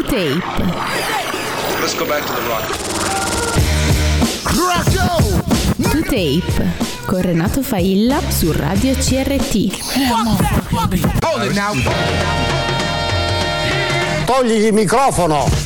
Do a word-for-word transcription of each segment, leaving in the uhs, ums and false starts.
Tape. Let's go back to the rock. To Tape con Renato Failla su Radio C R T. Togli il microfono.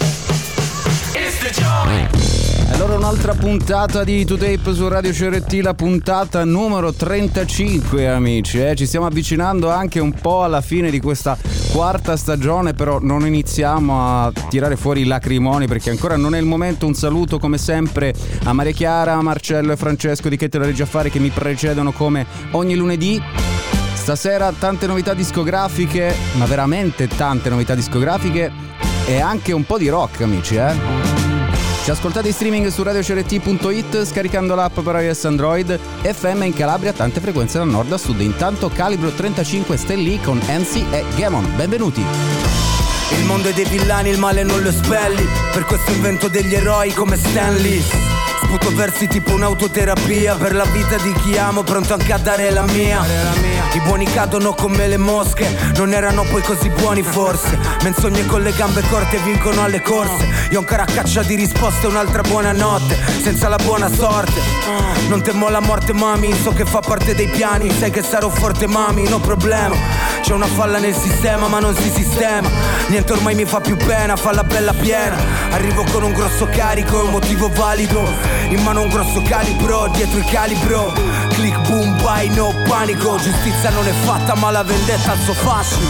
Allora un'altra puntata di To Tape su Radio C R T, la puntata numero trentacinque, amici, eh? Ci stiamo avvicinando anche un po' alla fine di questa quarta stagione, però non iniziamo a tirare fuori i lacrimoni perché ancora non è il momento. Un saluto come sempre a Maria Chiara, Marcello e Francesco di Che te la reggi affari che mi precedono come ogni lunedì. Stasera tante novità discografiche, ma veramente tante novità discografiche e anche un po' di rock, amici, eh? Ci ascoltate in streaming su radio c r t punto i t, scaricando l'app per iOS Android, F M in Calabria, tante frequenze da nord a sud. Intanto Calibro trentacinque Stelli con Enzi e Gamon. Benvenuti. Il mondo è dei villani, il male non lo spelli. Per questo invento degli eroi come Stan Lee. Sputo versi tipo un'autoterapia per la vita di chi amo, pronto anche a dare la mia. I buoni cadono come le mosche, non erano poi così buoni forse. Menzogne con le gambe corte vincono alle corse. Io ancora a caccia di risposte, un'altra buona notte senza la buona sorte. Non temo la morte mami, so che fa parte dei piani. Sai che sarò forte mami, no problema. C'è una falla nel sistema ma non si sistema. Niente ormai mi fa più pena, falla bella piena. Arrivo con un grosso carico e un motivo valido. In mano un grosso calibro, dietro il calibro. Click boom bye, no panico. Giustizia non è fatta ma la vendetta ha il suo fascino.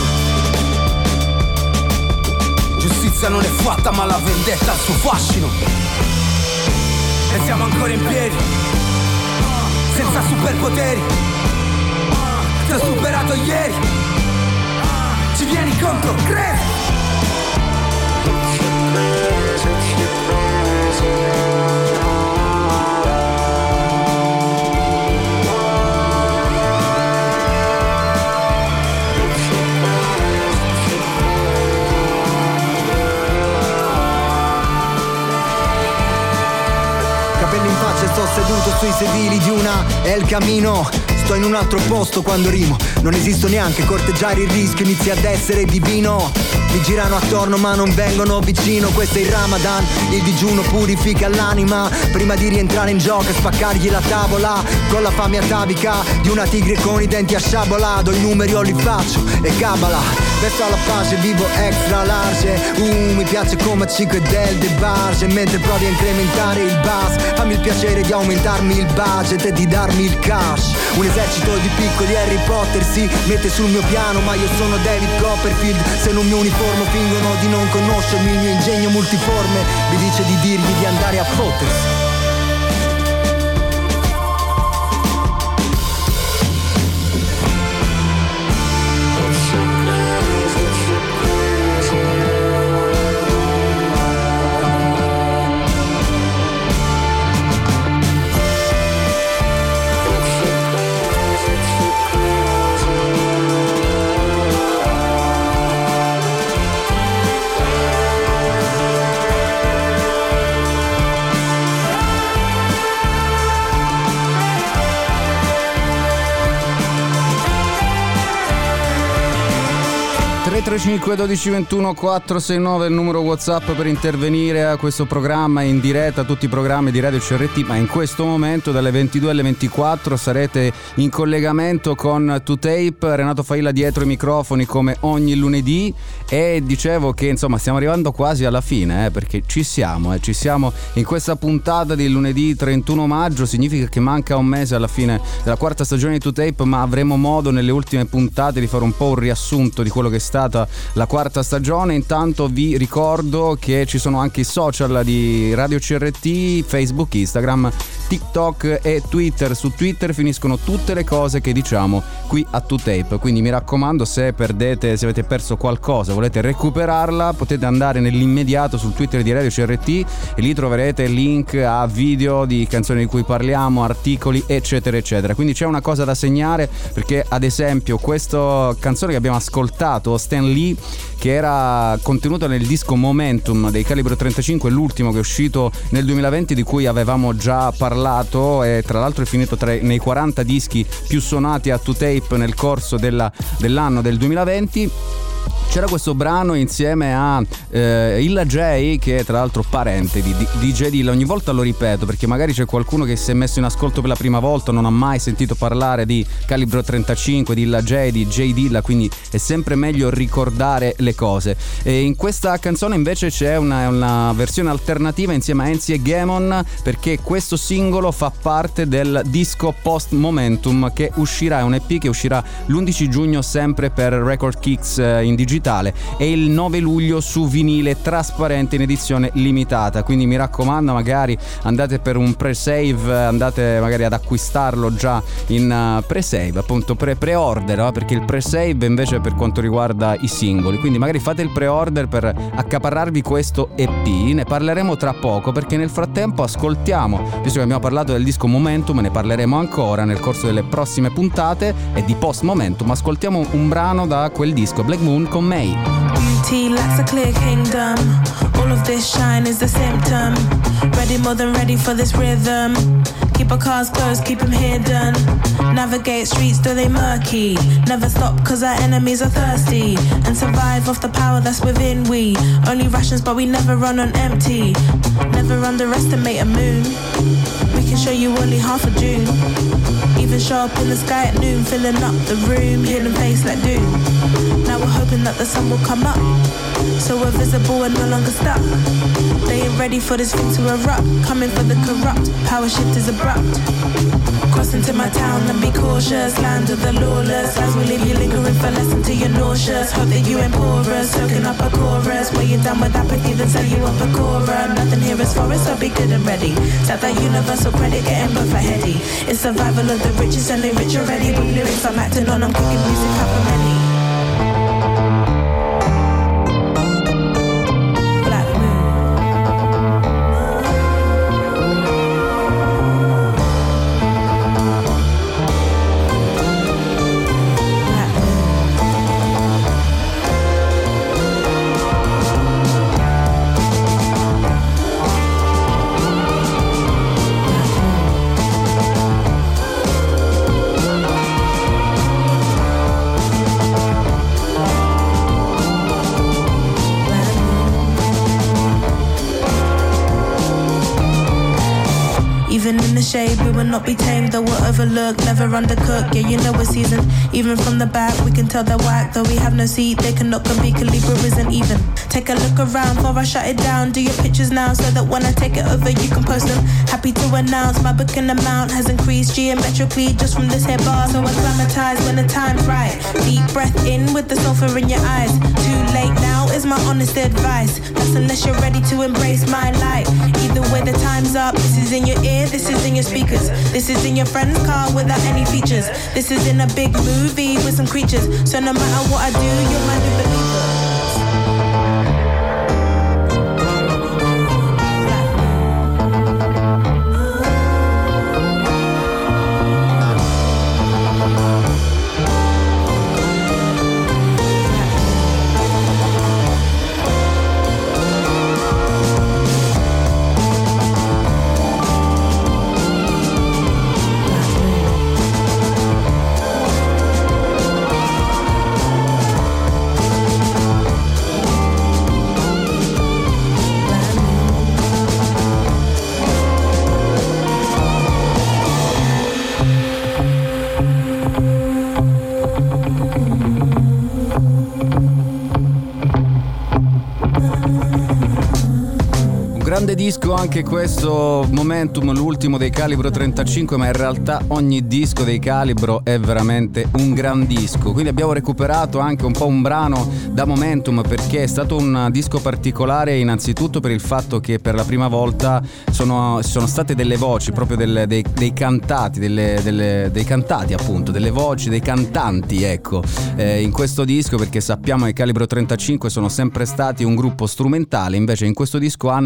Giustizia non è fatta ma la vendetta ha il suo fascino. E siamo ancora in piedi, senza superpoteri. Ti ho superato ieri, ci vieni contro, credi? Capelli in faccia e sto seduto sui sedili di una El Camino. Sto in un altro posto quando rimo. Non esisto neanche, corteggiare il rischio inizia ad essere divino. Mi girano attorno ma non vengono vicino. Questo è il Ramadan, il digiuno purifica l'anima. Prima di rientrare in gioco e spaccargli la tavola. Con la fame atavica di una tigre con i denti a sciabola. Do i numeri o li faccio e cabala. Verso alla pace vivo extra large. Uh, mi piace come cinque del De Barge. Mentre provi a incrementare il bass, fammi il piacere di aumentarmi il budget e di darmi il cash. Un esercito di piccoli Harry Potter si mette sul mio piano, ma io sono David Copperfield. Se non mi uniformo fingono di non conoscermi. Il mio ingegno multiforme vi dice di dirgli di andare a fottersi. tre cinque uno due ventuno quattro sei nove è il numero WhatsApp per intervenire a questo programma in diretta, a tutti i programmi di Radio C R T, ma in questo momento dalle ventidue alle ventiquattro sarete in collegamento con To Tape, Renato Failla dietro i microfoni come ogni lunedì. E dicevo che insomma stiamo arrivando quasi alla fine, eh, perché ci siamo, eh, ci siamo in questa puntata di lunedì trentuno maggio. Significa che manca un mese alla fine della quarta stagione di To Tape, ma avremo modo nelle ultime puntate di fare un po' un riassunto di quello che è stata la quarta stagione. Intanto vi ricordo che ci sono anche i social di Radio C R T, Facebook, Instagram, TikTok e Twitter. Su Twitter finiscono tutte le cose che diciamo qui a To Tape, quindi mi raccomando, se perdete, se avete perso qualcosa, volete recuperarla, potete andare nell'immediato sul Twitter di Radio C R T e lì troverete link a video di canzoni di cui parliamo, articoli eccetera eccetera. Quindi c'è una cosa da segnare, perché ad esempio questa canzone che abbiamo ascoltato, Stan Lee, che era contenuta nel disco Momentum dei Calibro trentacinque, l'ultimo che è uscito nel duemilaventi, di cui avevamo già parlato, e tra l'altro è finito tra, nei quaranta dischi più suonati a To Tape nel corso della, dell'anno del duemilaventi. c'era questo brano insieme a eh, Illa J, che è tra l'altro parente di D J Dilla. Ogni volta lo ripeto perché magari c'è qualcuno che si è messo in ascolto per la prima volta, non ha mai sentito parlare di Calibro trentacinque, di Illa J, di J Dilla, quindi è sempre meglio ricordare le cose. E in questa canzone invece c'è una, una versione alternativa insieme a Enzi e Gamon, perché questo singolo fa parte del disco Post Momentum, che uscirà, è un E P che uscirà l'undici giugno sempre per Record Kicks in digitale e il nove luglio su vinile trasparente in edizione limitata. Quindi mi raccomando, magari andate per un pre-save, andate magari ad acquistarlo già in uh, pre-save, appunto pre- pre-order, no? Perché il pre-save invece è per quanto riguarda i singoli, quindi magari fate il pre-order per accaparrarvi questo E P. Ne parleremo tra poco, perché nel frattempo ascoltiamo, visto che abbiamo parlato del disco Momentum, ne parleremo ancora nel corso delle prossime puntate, e di Post Momentum ascoltiamo un brano da quel disco, Black Moon con May. Beauty lacks a clear kingdom. All of this shine is the symptom. Ready, more than ready for this rhythm. Keep our cars closed, keep them hidden. Navigate streets though they murky. Never stop cause our enemies are thirsty. And survive off the power that's within we. Only rations but we never run on empty. Never underestimate a moon. We can show you only half of June. Even show up in the sky at noon, filling up the room, hidden face like doom. Now we're hoping that the sun will come up, so we're visible and no longer stuck. They ain't ready for this thing to erupt. Coming for the corrupt, power shift is abrupt. Cross into my town and be cautious. Land of the lawless, lies will leave you lingering for less until you're nauseous. Hope that you ain't porous, soaking up a chorus. Where you're done with apathy, then sell you up a quorum. Nothing here is for us, so be good and ready. Start that universal credit, getting both a heady. It's survival of the richest and they rich already. With lyrics I'm acting on, I'm cooking music up for many. Shade, we will not be tamed, though we're overlooked, never undercooked. Yeah, you know we're seasoned. Even from the back, we can tell they're whack. Though we have no seat, they cannot compete. Calibra isn't even. Take a look around before I shut it down. Do your pictures now, so that when I take it over, you can post them. Happy to announce my booking amount has increased geometrically just from this here bar. So acclimatise when the time's right. Deep breath in with the sulfur in your eyes. Too late now is my honest advice. That's unless you're ready to embrace my light. Either way, the time's up. This is in your ear, this is in your speakers. This is in your friend's car without any features. This is in a big movie with some creatures. So no matter what I do, you're my new believer. Grande disco anche questo, Momentum, l'ultimo dei Calibro trentacinque, ma in realtà ogni disco dei Calibro è veramente un gran disco. Quindi abbiamo recuperato anche un po' un brano da Momentum, perché è stato un disco particolare innanzitutto per il fatto che per la prima volta sono, sono state delle voci, proprio delle, dei, dei cantati, delle, delle, dei cantati appunto, delle voci, dei cantanti, ecco, eh, in questo disco, perché sappiamo che Calibro trentacinque sono sempre stati un gruppo strumentale, invece in questo disco hanno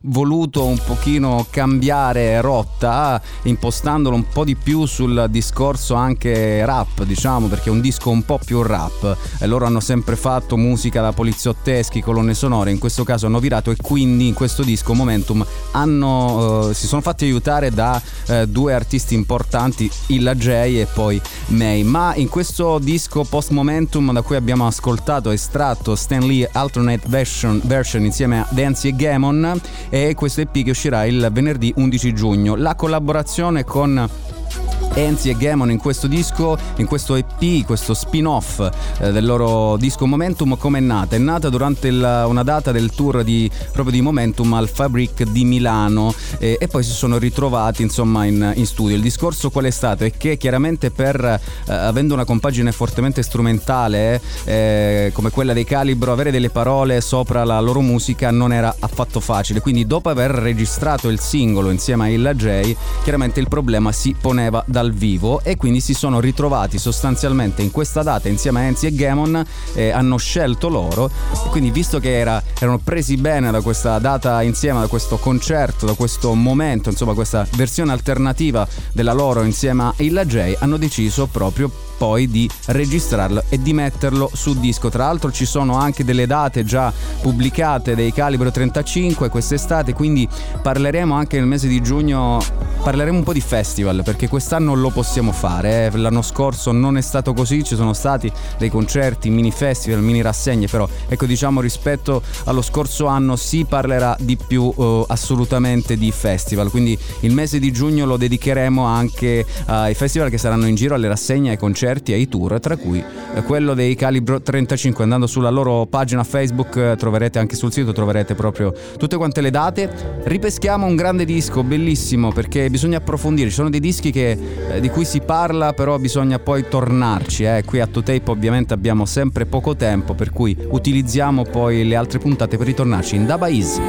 voluto un pochino cambiare rotta, impostandolo un po' di più sul discorso anche rap, diciamo, perché è un disco un po' più rap, e loro hanno sempre fatto musica da poliziotteschi, colonne sonore, in questo caso hanno virato, e quindi in questo disco Momentum hanno, eh, si sono fatti aiutare da eh, due artisti importanti, Illa J e poi May. Ma in questo disco Post Momentum, da cui abbiamo ascoltato estratto Stan Lee Alternate Version, version insieme a Dancy e Gamon, e questo E P che uscirà il venerdì undici giugno. La collaborazione con Enzi e Gamon in questo disco, in questo E P, questo spin-off eh, del loro disco Momentum, come è nata? È nata durante il, una data del tour di, proprio di Momentum al Fabric di Milano, eh, e poi si sono ritrovati insomma in, in studio. Il discorso qual è stato? È che chiaramente per eh, avendo una compagine fortemente strumentale eh, come quella dei Calibro, avere delle parole sopra la loro musica non era affatto facile, quindi dopo aver registrato il singolo insieme a Illa J, chiaramente il problema si poneva dal vivo, e quindi si sono ritrovati sostanzialmente in questa data insieme a Enzi e Gamon, eh, hanno scelto loro, e quindi visto che era, erano presi bene da questa data insieme, da questo concerto, da questo momento, insomma questa versione alternativa della loro insieme a Illa J, hanno deciso proprio poi di registrarlo e di metterlo su disco. Tra l'altro ci sono anche delle date già pubblicate dei Calibro trentacinque quest'estate, quindi parleremo anche nel mese di giugno, parleremo un po' di festival, perché quest'anno lo possiamo fare, eh. L'anno scorso non è stato così, ci sono stati dei concerti, mini festival, mini rassegne, però ecco, diciamo rispetto allo scorso anno si parlerà di più eh, assolutamente di festival, quindi il mese di giugno lo dedicheremo anche ai festival che saranno in giro, alle rassegne, ai concerti e ai tour, tra cui eh, quello dei Calibro trentacinque. Andando sulla loro pagina Facebook eh, troverete, anche sul sito troverete proprio tutte quante le date. Ripeschiamo un grande disco bellissimo, perché bisogna approfondire, ci sono dei dischi che, eh, di cui si parla, però bisogna poi tornarci, eh. Qui a To Tape ovviamente abbiamo sempre poco tempo, per cui utilizziamo poi le altre puntate per ritornarci in Daba Is.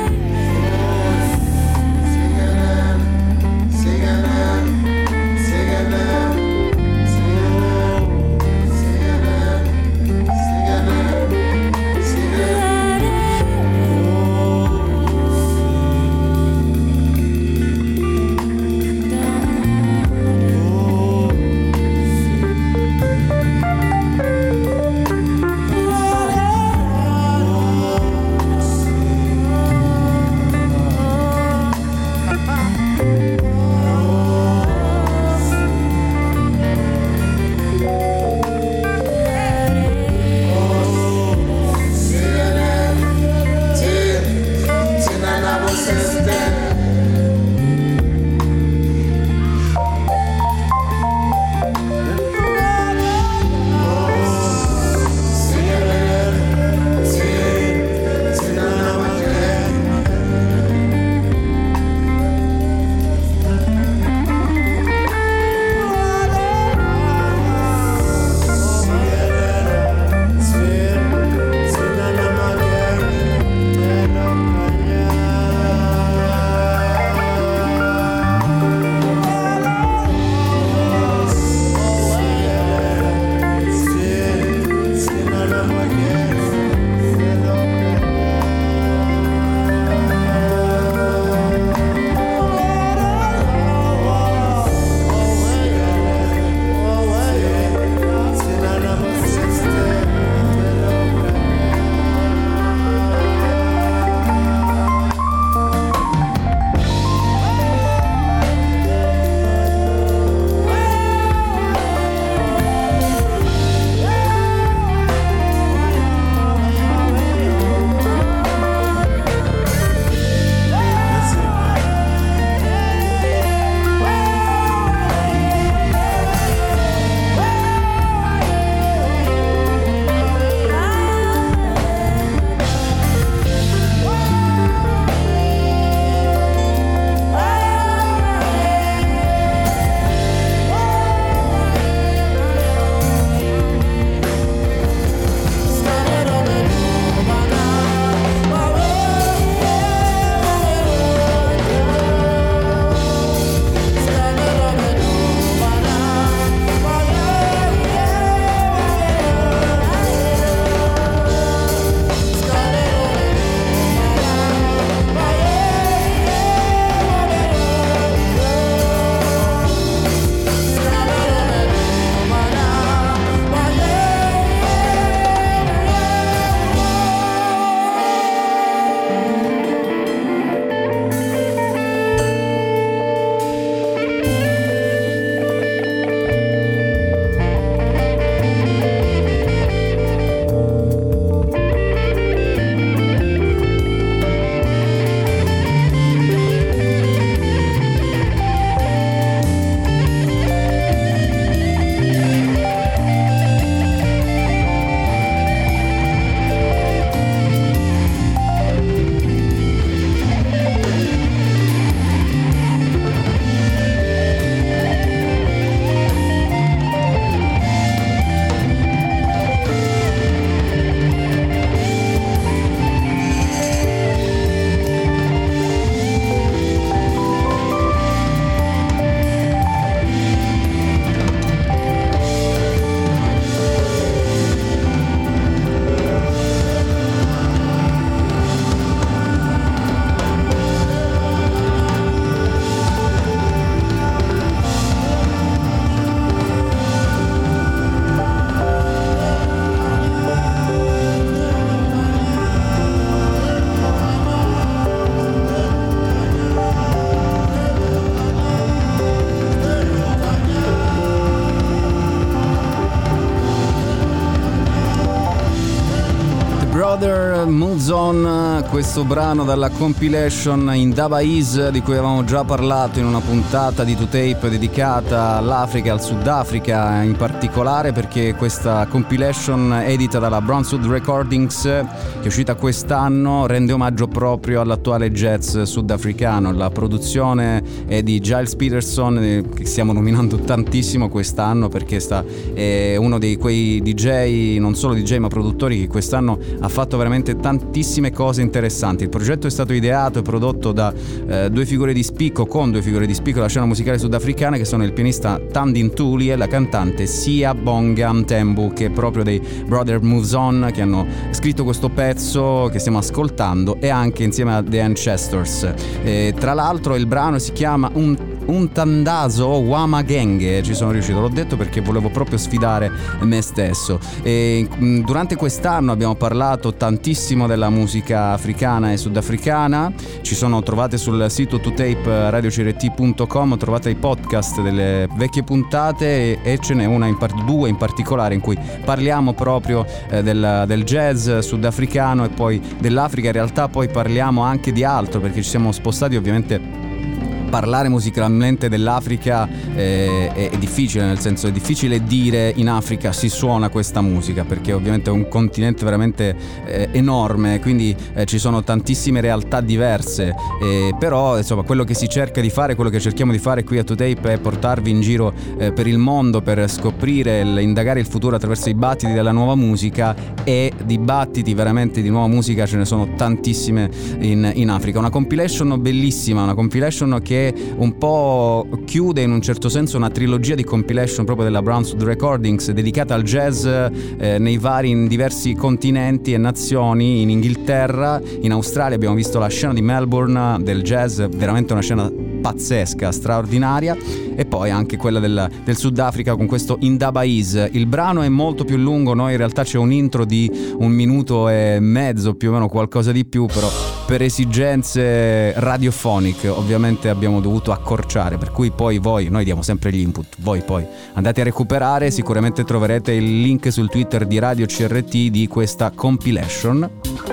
Brother Moves On, questo brano dalla compilation Indaba Is di cui avevamo già parlato in una puntata di To Tape dedicata all'Africa e al Sudafrica in particolare, perché questa compilation edita dalla Brunswood Recordings, che è uscita quest'anno, rende omaggio proprio all'attuale jazz sudafricano. La produzione è di Giles Peterson, che stiamo nominando tantissimo quest'anno perché sta, è uno di quei D J, non solo D J ma produttori, che quest'anno ha fatto veramente tantissime cose interessanti. Il progetto è stato ideato e prodotto da eh, due figure di spicco, con due figure di spicco della scena musicale sudafricana, che sono il pianista Thandi Ntuli e la cantante Sia Bonga Mtembu, che è proprio dei Brother Moves On, che hanno scritto questo pezzo che stiamo ascoltando, e anche insieme a The Ancestors. E, tra l'altro il brano si chiama Un Un Tandazo Wama Genge, ci sono riuscito, l'ho detto perché volevo proprio sfidare me stesso. E durante quest'anno abbiamo parlato tantissimo della musica africana e sudafricana. Ci sono, trovate sul sito to tape radio c r t punto com, trovate i podcast delle vecchie puntate, e, e ce n'è una in par- due in particolare in cui parliamo proprio eh, del, del jazz sudafricano e poi dell'Africa. In realtà poi parliamo anche di altro, perché ci siamo spostati ovviamente. Parlare musicalmente dell'Africa eh, è, è difficile, nel senso è difficile dire in Africa si suona questa musica, perché ovviamente è un continente veramente eh, enorme, quindi eh, ci sono tantissime realtà diverse, eh, però insomma quello che si cerca di fare, quello che cerchiamo di fare qui a To Tape è portarvi in giro eh, per il mondo per scoprire, il, indagare il futuro attraverso i battiti della nuova musica, e di battiti veramente di nuova musica ce ne sono tantissime in, in Africa. Una compilation bellissima, una compilation che un po' chiude in un certo senso una trilogia di compilation proprio della Brunswood Recordings dedicata al jazz eh, nei vari, in diversi continenti e nazioni. In Inghilterra, in Australia abbiamo visto la scena di Melbourne del jazz, veramente una scena pazzesca, straordinaria, e poi anche quella del, del Sudafrica con questo Indaba Is. Il brano è molto più lungo, noi in realtà c'è un intro di un minuto e mezzo, più o meno, qualcosa di più, però per esigenze radiofoniche ovviamente abbiamo dovuto accorciare, per cui poi voi, noi diamo sempre gli input, voi poi andate a recuperare, sicuramente troverete il link sul Twitter di Radio C R T di questa compilation.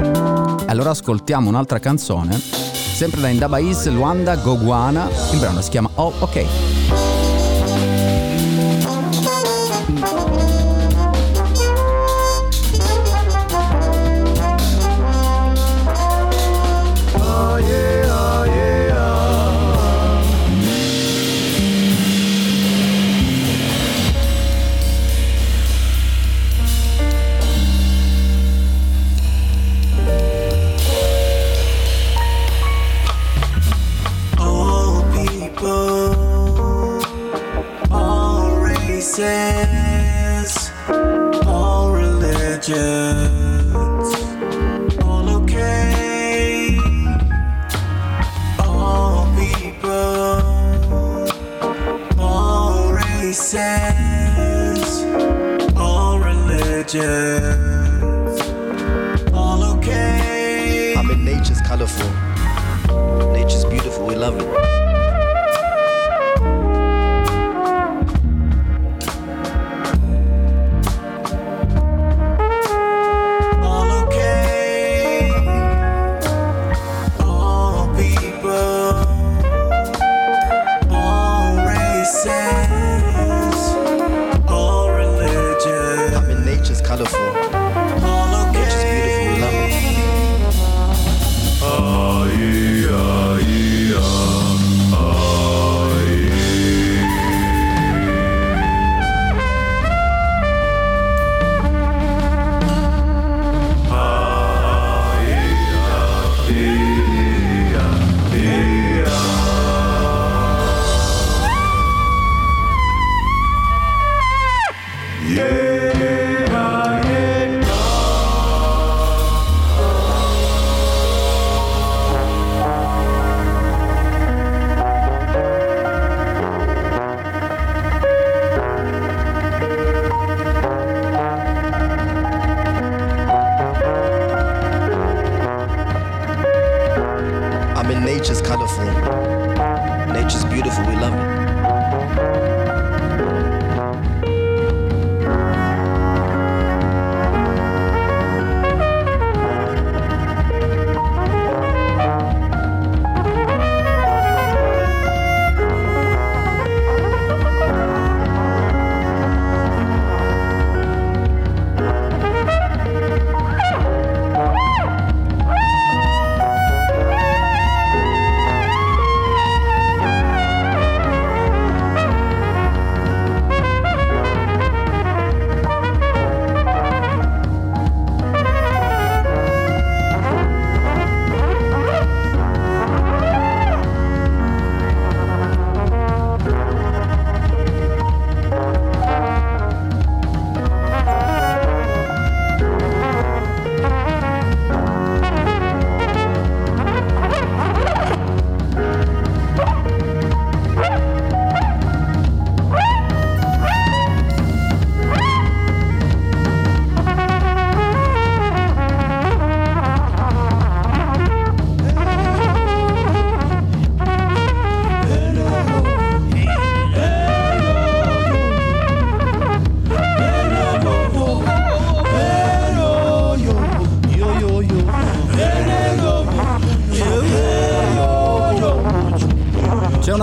Allora ascoltiamo un'altra canzone, sempre da Indaba Is, Luanda Gogwana, il brano si chiama Oh Ok. All religions, all okay, all people, all races, all religions, all okay. I mean, nature's colorful, nature's beautiful, we love it.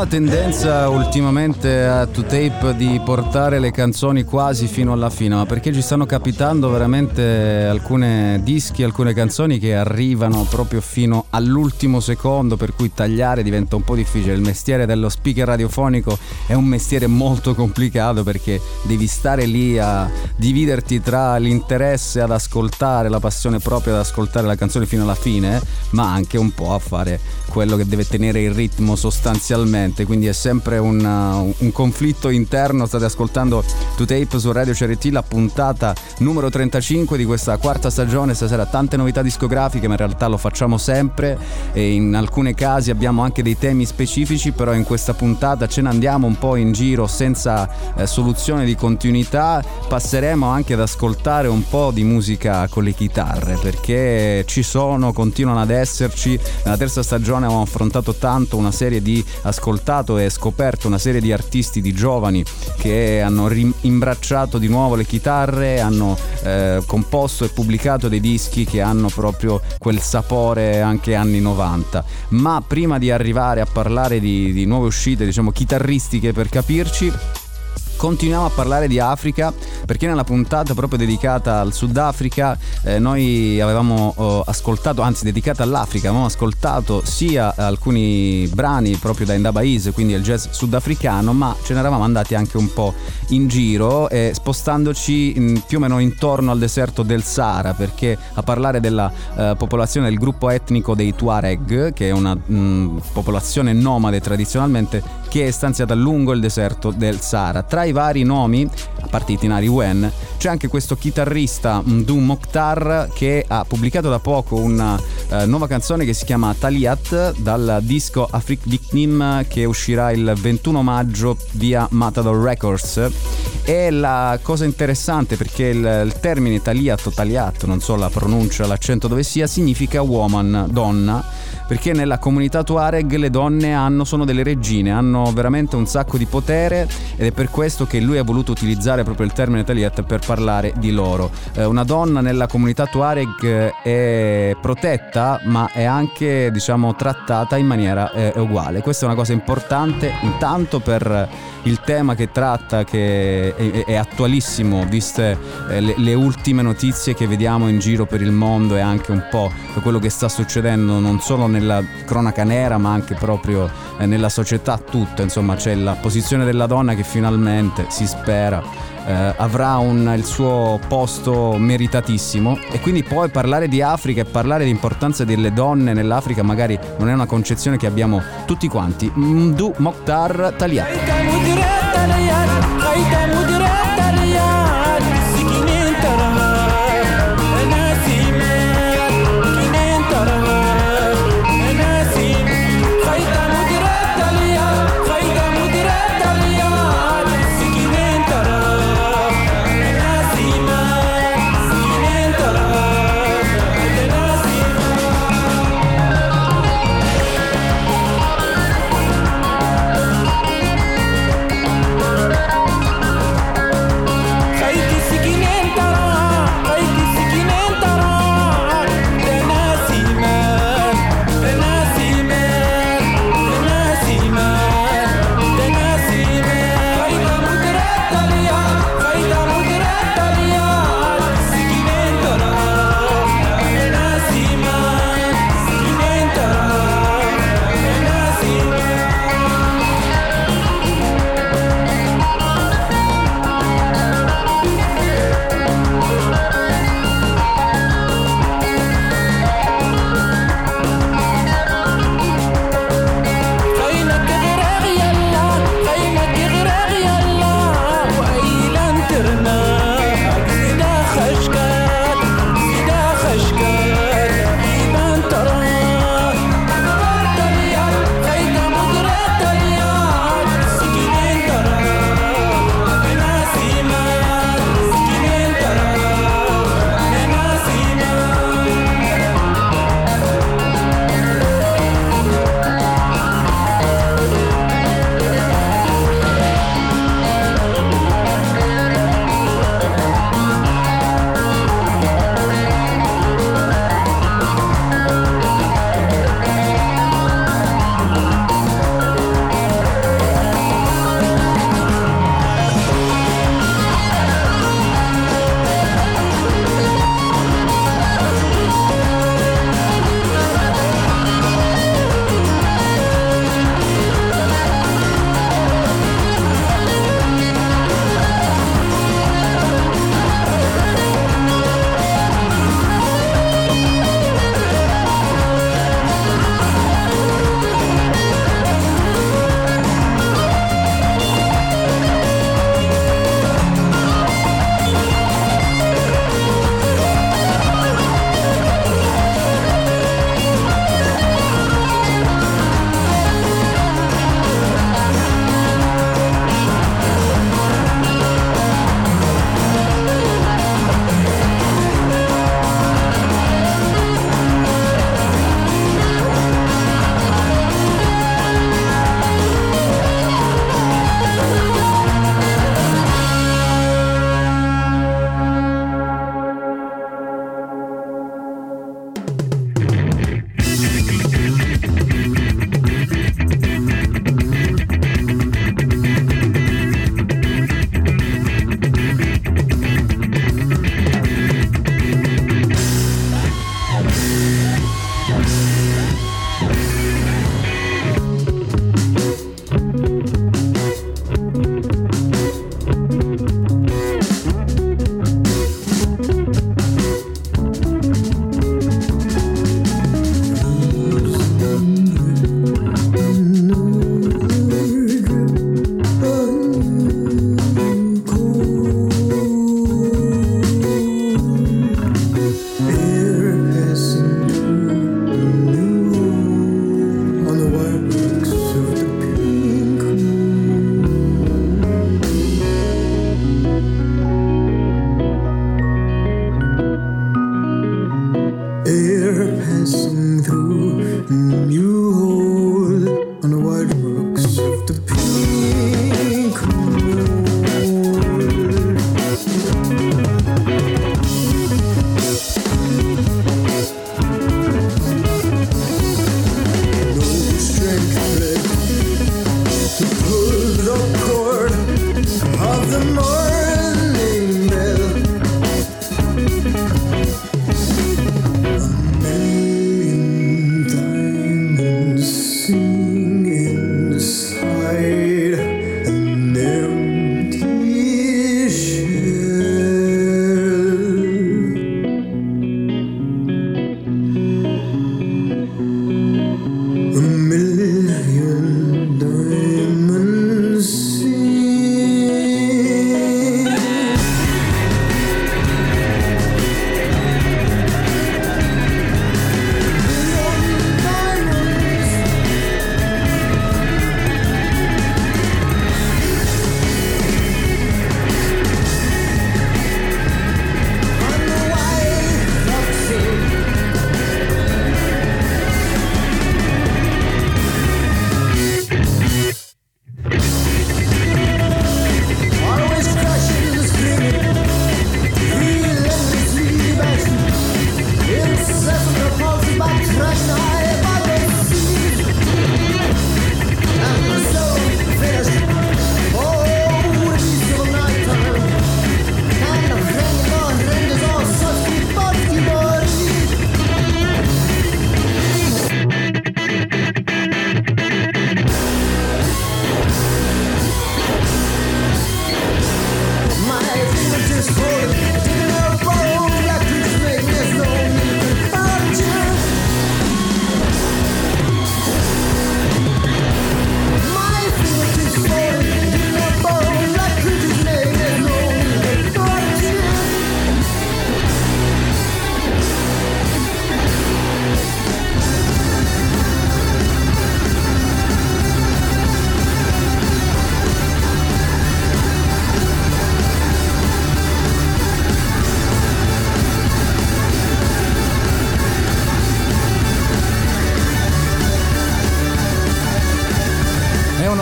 una tendenza ultimamente a To Tape di portare le canzoni quasi fino alla fine, ma perché ci stanno capitando veramente alcune dischi, alcune canzoni che arrivano proprio fino all'ultimo secondo, per cui tagliare diventa un po' difficile. Il mestiere dello speaker radiofonico è un mestiere molto complicato, perché devi stare lì a dividerti tra l'interesse ad ascoltare, la passione propria ad ascoltare la canzone fino alla fine, ma anche un po' a fare quello che deve tenere il ritmo sostanzialmente, quindi è sempre un, un conflitto interno. State ascoltando To Tape su Radio C R T, la puntata numero trentacinque di questa quarta stagione. Stasera tante novità discografiche, ma in realtà lo facciamo sempre e in alcuni casi abbiamo anche dei temi specifici, però in questa puntata ce ne andiamo un po' in giro senza eh, soluzione di continuità. Passeremo anche ad ascoltare un po' di musica con le chitarre, perché ci sono, continuano ad esserci. Nella terza stagione abbiamo affrontato tanto una serie di ascoltato e scoperto una serie di artisti, di giovani che hanno rimbracciato di nuovo le chitarre, hanno eh, composto e pubblicato dei dischi che hanno proprio quel sapore anche anni novanta. Ma prima di arrivare a parlare di, di nuove uscite, diciamo chitarristiche per capirci, continuiamo a parlare di Africa, perché nella puntata proprio dedicata al Sudafrica eh, noi avevamo oh, ascoltato, anzi dedicata all'Africa, avevamo ascoltato sia alcuni brani proprio da Indaba Ease, quindi il jazz sudafricano, ma ce ne eravamo andati anche un po' in giro e spostandoci in, più o meno intorno al deserto del Sahara, perché a parlare della eh, popolazione del gruppo etnico dei Tuareg, che è una mh, popolazione nomade tradizionalmente, che è stanziata lungo il deserto del Sahara. Tra i vari nomi, a parte i Tinari Wen, c'è anche questo chitarrista Mdou Moctar, che ha pubblicato da poco una uh, nuova canzone che si chiama Taliat, dal disco Afrique Victime, che uscirà il ventuno maggio via Matador Records. E la cosa interessante, perché il, il termine Taliat o Taliat, non so la pronuncia, l'accento dove sia, significa woman, donna, perché nella comunità Tuareg le donne hanno, sono delle regine, hanno veramente un sacco di potere, ed è per questo che lui ha voluto utilizzare proprio il termine Taliat per parlare di loro. Eh, una donna nella comunità Tuareg è protetta, ma è anche, diciamo, trattata in maniera eh, uguale. Questa è una cosa importante, intanto per il tema che tratta, che è, è attualissimo, viste eh, le, le ultime notizie che vediamo in giro per il mondo, e anche un po' quello che sta succedendo non solo nella cronaca nera, ma anche proprio eh, nella società tutta. Insomma, c'è la posizione della donna che finalmente, si spera, eh, avrà un, il suo posto meritatissimo. E quindi poi parlare di Africa e parlare di importanza delle donne nell'Africa magari non è una concezione che abbiamo tutti quanti. Mdou Moctar, Taliat. We'll be right back.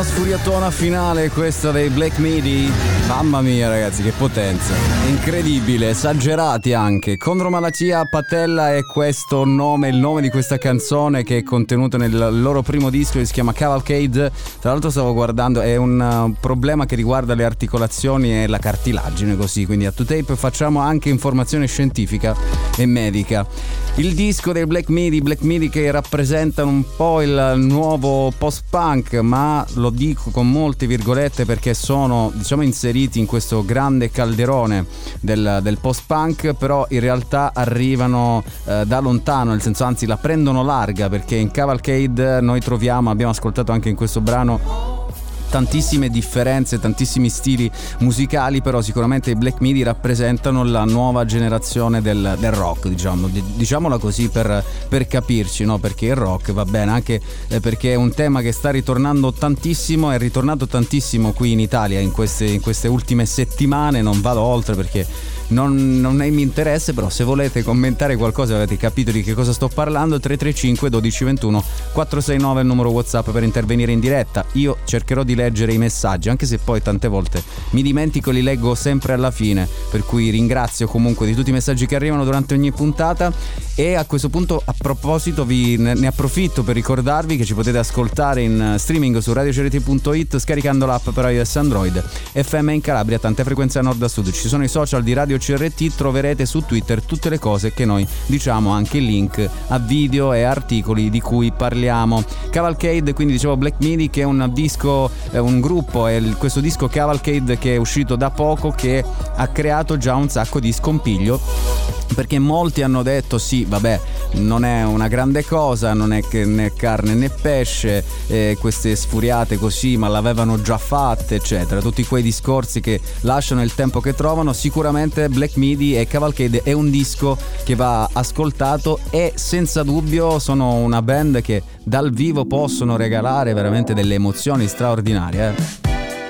Una sfuriatona finale questa dei Black Midi. Mamma mia ragazzi, che potenza, incredibile, esagerati anche. Condromalacia Patella è questo nome, il nome di questa canzone che è contenuta nel loro primo disco che si chiama Cavalcade. Tra l'altro stavo guardando, è un problema che riguarda le articolazioni e la cartilagine, così, quindi a To Tape facciamo anche informazione scientifica e medica. Il disco dei Black Midi, Black Midi che rappresentano un po' il nuovo post-punk, ma lo dico con molte virgolette perché sono, diciamo, inseriti in questo grande calderone del, del post-punk, però in realtà arrivano eh, da lontano, nel senso, anzi la prendono larga, perché in Cavalcade noi troviamo, abbiamo ascoltato anche in questo brano, tantissime differenze, tantissimi stili musicali, però sicuramente i Black Midi rappresentano la nuova generazione del, del rock, diciamo, diciamola così per, per capirci, no? Perché il rock va bene anche eh, perché è un tema che sta ritornando tantissimo, è ritornato tantissimo qui in Italia in queste, in queste ultime settimane, non vado oltre perché non, non è mi interesse, però se volete commentare qualcosa, avete capito di che cosa sto parlando, tre tre cinque dodici ventuno quattrocentosessantanove è il numero WhatsApp per intervenire in diretta. Io cercherò di leggere i messaggi, anche se poi tante volte mi dimentico, li leggo sempre alla fine, per cui ringrazio comunque di tutti i messaggi che arrivano durante ogni puntata. E a questo punto, a proposito, vi ne approfitto per ricordarvi che ci potete ascoltare in streaming su radio c r t punto it scaricando l'app per iOS e Android. F M in Calabria, tante frequenze a nord a sud. Ci sono i social di Radio C R T, troverete su Twitter tutte le cose che noi diciamo, anche il link a video e articoli di cui parliamo. Cavalcade, quindi dicevo Black Midi, che è un disco, è un gruppo, è questo disco Cavalcade che è uscito da poco, che ha creato già un sacco di scompiglio, perché molti hanno detto sì, vabbè, non è una grande cosa, non è che né carne né pesce, eh, queste sfuriate così, ma l'avevano già fatte, eccetera, tutti quei discorsi che lasciano il tempo che trovano. Sicuramente Black Midi e Cavalcade è un disco che va ascoltato e senza dubbio sono una band che dal vivo possono regalare veramente delle emozioni straordinarie, eh.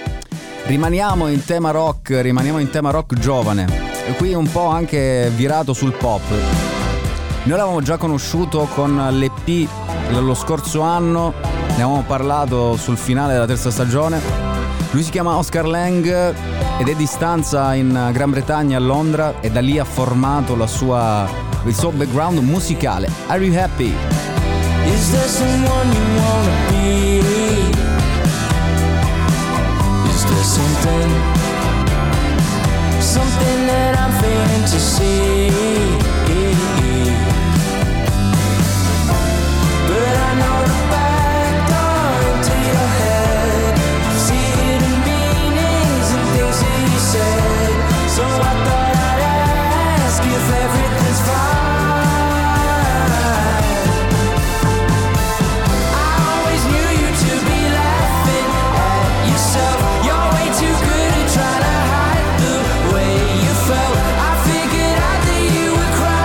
Rimaniamo in tema rock, rimaniamo in tema rock giovane, e qui un po' anche virato sul pop. Noi l'avevamo già conosciuto con l'E P lo scorso anno, ne avevamo parlato sul finale della terza stagione. Lui si chiama Oscar Lang ed è di stanza in Gran Bretagna, a Londra, e da lì ha formato la sua, il suo background musicale. Are you happy? Is there someone you wanna be? Is there something, something that I'm failing to see? But I know the back door into your head. See hidden meanings and things that you said. So I thought I'd ask if everything's fine. You're way too good at trying to hide the way you felt. I figured out that you would cry.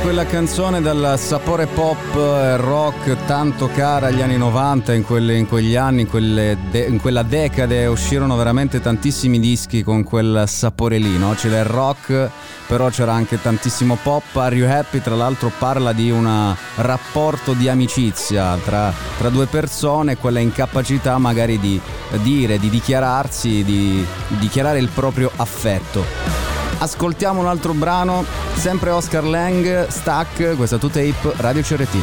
quella canzone dal sapore pop e rock tanto cara agli anni novanta, in, quelle, in quegli anni, in, quelle de, in quella decade uscirono veramente tantissimi dischi con quel sapore lì, no? C'era il rock, però c'era anche tantissimo pop. Are You Happy, tra l'altro, parla di un rapporto di amicizia tra, tra due persone, quella incapacità magari di dire, di dichiararsi, di, di dichiarare il proprio affetto. Ascoltiamo un altro brano, sempre Oscar Lang, Stuck, questa To Tape, Radio C R T.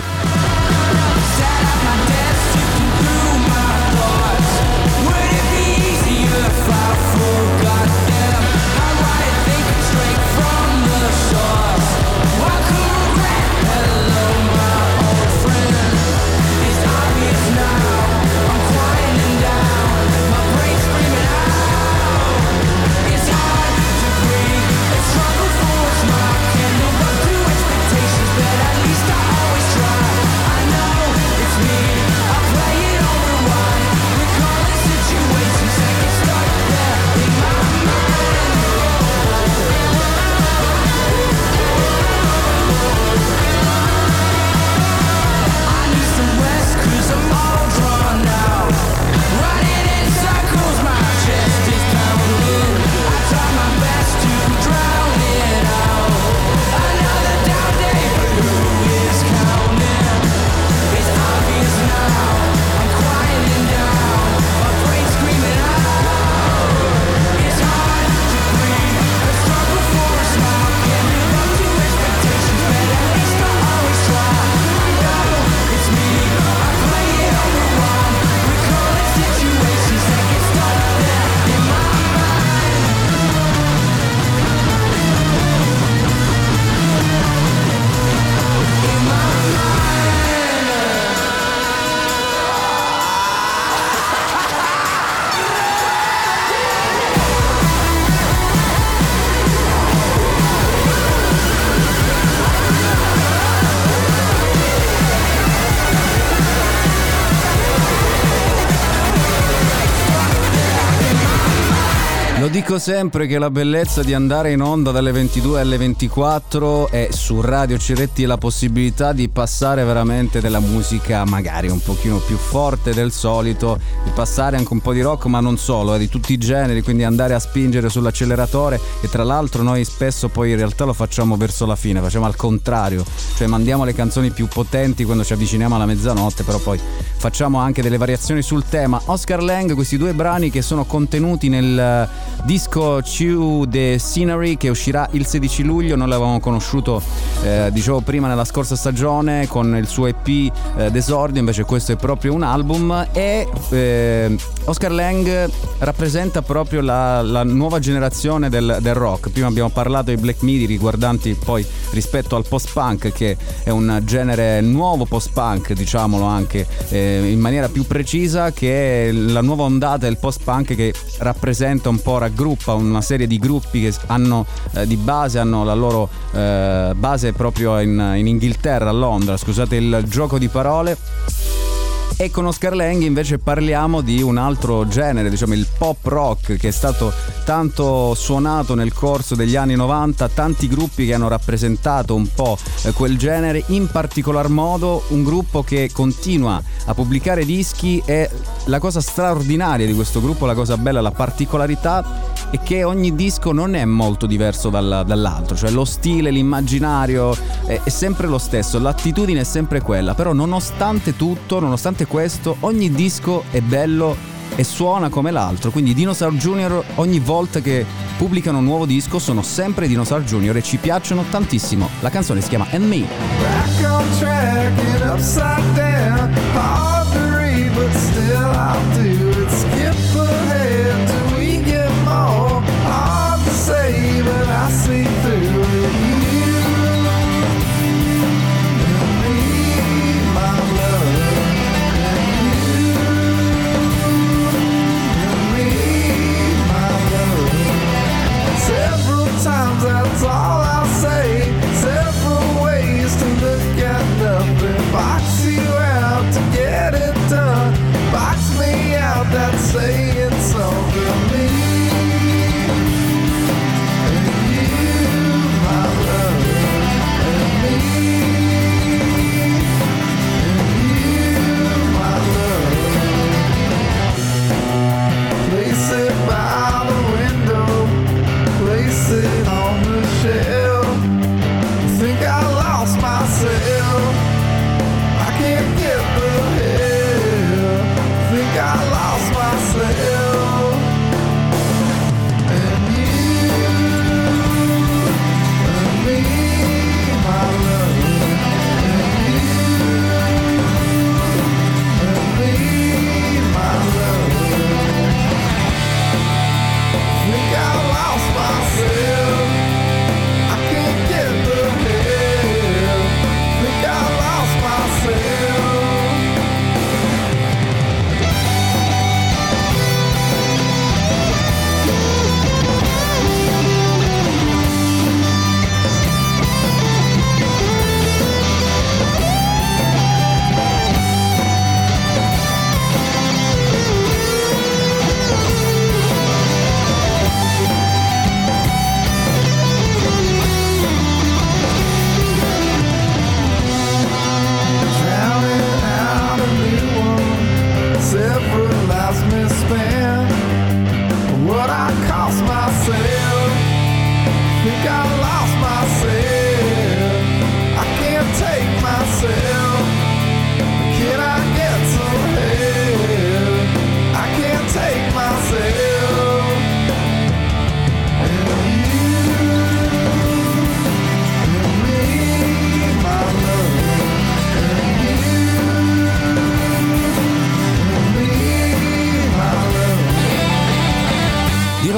Lo dico sempre che la bellezza di andare in onda dalle ventidue alle ventiquattro è su Radio C R T la possibilità di passare veramente della musica magari un pochino più forte del solito, di passare anche un po' di rock, ma non solo, eh, di tutti i generi, quindi andare a spingere sull'acceleratore. E tra l'altro noi spesso poi in realtà lo facciamo verso la fine, facciamo al contrario, cioè mandiamo le canzoni più potenti quando ci avviciniamo alla mezzanotte, però poi facciamo anche delle variazioni sul tema. Oscar Lang, questi due brani che sono contenuti nel disco Chew the Scenery che uscirà il sedici luglio. Noi l'avevamo conosciuto eh, dicevo prima nella scorsa stagione con il suo E P eh, d'esordio, invece questo è proprio un album. E eh, Oscar Lang rappresenta proprio la, la nuova generazione del, del rock. Prima abbiamo parlato dei Black Midi riguardanti poi rispetto al post-punk, che è un genere nuovo post-punk, diciamolo anche eh, in maniera più precisa, che è la nuova ondata del post-punk che rappresenta un po', raggruppa una serie di gruppi che hanno eh, di base, hanno la loro eh, base proprio in, in Inghilterra, a Londra, scusate il gioco di parole. E con Oscar Lang invece parliamo di un altro genere, diciamo il pop rock, che è stato tanto suonato nel corso degli anni novanta, tanti gruppi che hanno rappresentato un po' quel genere, in particolar modo un gruppo che continua a pubblicare dischi. E la cosa straordinaria di questo gruppo, la cosa bella, la particolarità è che ogni disco non è molto diverso dal, dall'altro, cioè lo stile, l'immaginario è, è sempre lo stesso, l'attitudine è sempre quella, però nonostante tutto, nonostante questo, ogni disco è bello e suona come l'altro. Quindi Dinosaur Junior ogni volta che pubblicano un nuovo disco sono sempre Dinosaur Junior e ci piacciono tantissimo. La canzone si chiama And Me. Back on track and upside down, hard to read but still I'll do it. Skip ahead till we get more, hard to say but I see through it. That's all I'll say. Several ways to look at nothing. Box you out to get it done. Box me out, that's saying something to me. And you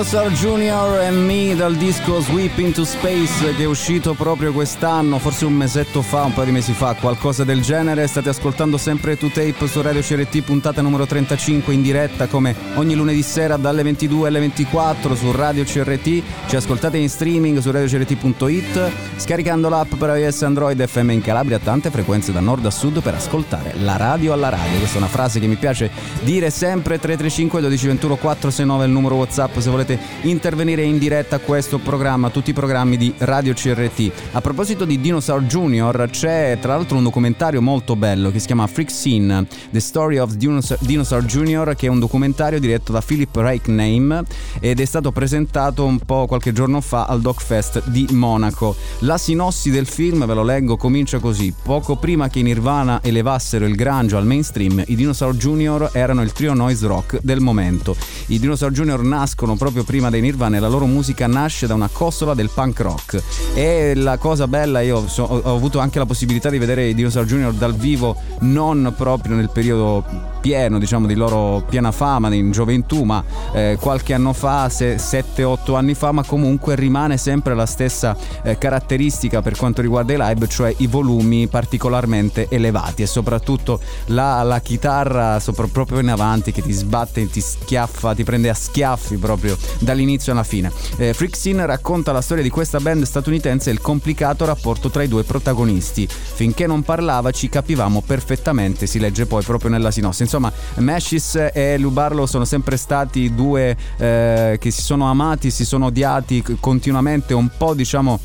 Dinosaur Junior and Me dal disco Sweep into Space, che è uscito proprio quest'anno, forse un mesetto fa, un paio di mesi fa, qualcosa del genere. State ascoltando sempre To Tape su Radio C R T, puntata numero trentacinque, in diretta come ogni lunedì sera dalle ventidue alle ventiquattro su Radio C R T. Ci ascoltate in streaming su radio c r t punto i t, scaricando l'app per iOS, Android, F M in Calabria, tante frequenze da nord a sud per ascoltare la radio alla radio. Questa è una frase che mi piace dire sempre. Tre tre cinque dodici ventuno quattro sei nove è il numero WhatsApp se volete intervenire in diretta a questo programma, tutti i programmi di Radio C R T. A proposito di Dinosaur Junior, c'è tra l'altro un documentario molto bello che si chiama Freak Scene, The Story of Dinosaur, Dinosaur Junior, che è un documentario diretto da Philip Reichname ed è stato presentato un po' qualche giorno fa al Doc Fest di Monaco. La sinossi del film, ve lo leggo, comincia così: poco prima che i Nirvana elevassero il grunge al mainstream, i Dinosaur Junior erano il trio noise rock del momento. I Dinosaur Junior nascono proprio prima dei Nirvana e la loro musica nasce da una costola del punk rock. E la cosa bella, io so, ho avuto anche la possibilità di vedere i Dinosaur Junior dal vivo, non proprio nel periodo pieno, diciamo, di loro piena fama in gioventù, ma eh, qualche anno fa, sette otto anni fa, ma comunque rimane sempre la stessa eh, caratteristica per quanto riguarda i live, cioè i volumi particolarmente elevati e soprattutto la, la chitarra sopra, proprio in avanti, che ti sbatte, ti schiaffa, ti prende a schiaffi proprio dall'inizio alla fine. eh, Freak Scene racconta la storia di questa band statunitense e il complicato rapporto tra i due protagonisti. Finché non parlava ci capivamo perfettamente, si legge poi proprio nella sinossi. Insomma, Mashis e Lou Barlow sono sempre stati due eh, che si sono amati, si sono odiati continuamente, un po', diciamo,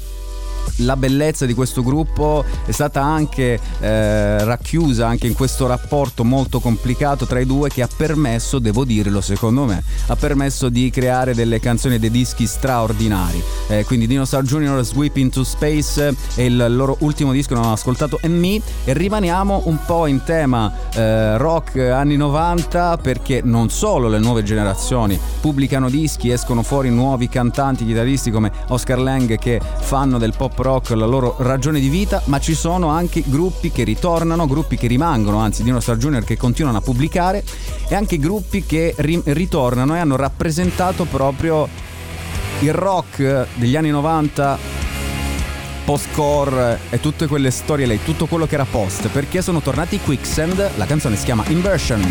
la bellezza di questo gruppo è stata anche eh, racchiusa anche in questo rapporto molto complicato tra i due, che ha permesso, devo dirlo, secondo me, ha permesso di creare delle canzoni e dei dischi straordinari. Eh, quindi Dinosaur Junior, Sweep into Space è il loro ultimo disco, non ho ascoltato And Me, e rimaniamo un po' in tema eh, rock anni novanta, perché non solo le nuove generazioni pubblicano dischi, escono fuori nuovi cantanti, chitarristi come Oscar Lang che fanno del pop rock la loro ragione di vita, ma ci sono anche gruppi che ritornano, gruppi che rimangono, anzi Dinosaur Junior che continuano a pubblicare, e anche gruppi che ri- ritornano e hanno rappresentato proprio il rock degli anni novanta, post-core e tutte quelle storie lì, tutto quello che era post, perché sono tornati Quicksand. La canzone si chiama Inversion.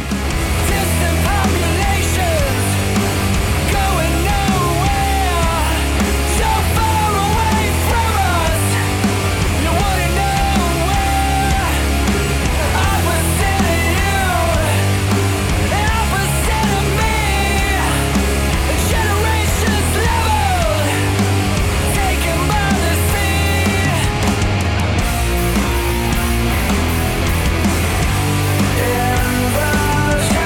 Inversion.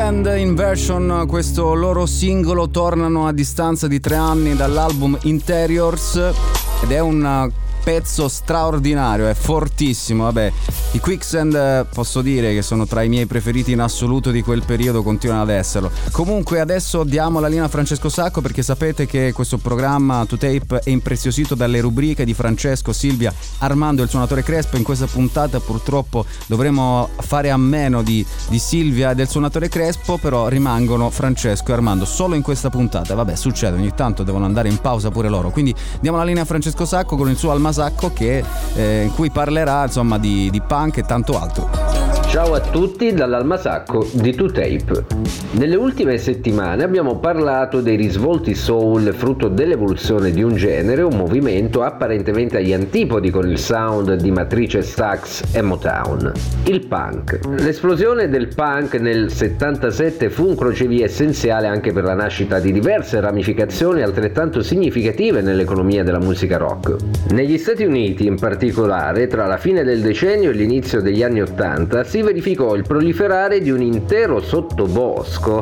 Quicksand Inversion, questo loro singolo, tornano a distanza di tre anni dall'album Interiors ed è un pezzo straordinario, è fortissimo. Vabbè, i Quicksand posso dire che sono tra i miei preferiti in assoluto di quel periodo, continuano ad esserlo. Comunque adesso diamo la linea a Francesco Sacco, perché sapete che questo programma To Tape è impreziosito dalle rubriche di Francesco, Silvia, Armando e il suonatore Crespo. In questa puntata purtroppo dovremo fare a meno di, di Silvia e del suonatore Crespo, però rimangono Francesco e Armando solo in questa puntata. Vabbè, succede, ogni tanto devono andare in pausa pure loro, quindi diamo la linea a Francesco Sacco con il suo Almasacco che eh, in cui parlerà insomma di, di punk e tanto altro. Ciao a tutti dall'Almasacco di To Tape. Nelle ultime settimane abbiamo parlato dei risvolti soul, frutto dell'evoluzione di un genere, un movimento apparentemente agli antipodi con il sound di matrice sax e Motown, il punk. L'esplosione del punk nel settantasette fu un crocevia essenziale anche per la nascita di diverse ramificazioni altrettanto significative nell'economia della musica rock. Negli Stati Uniti in particolare, tra la fine del decennio e l'inizio degli anni ottanta, si verificò il proliferare di un intero sottobosco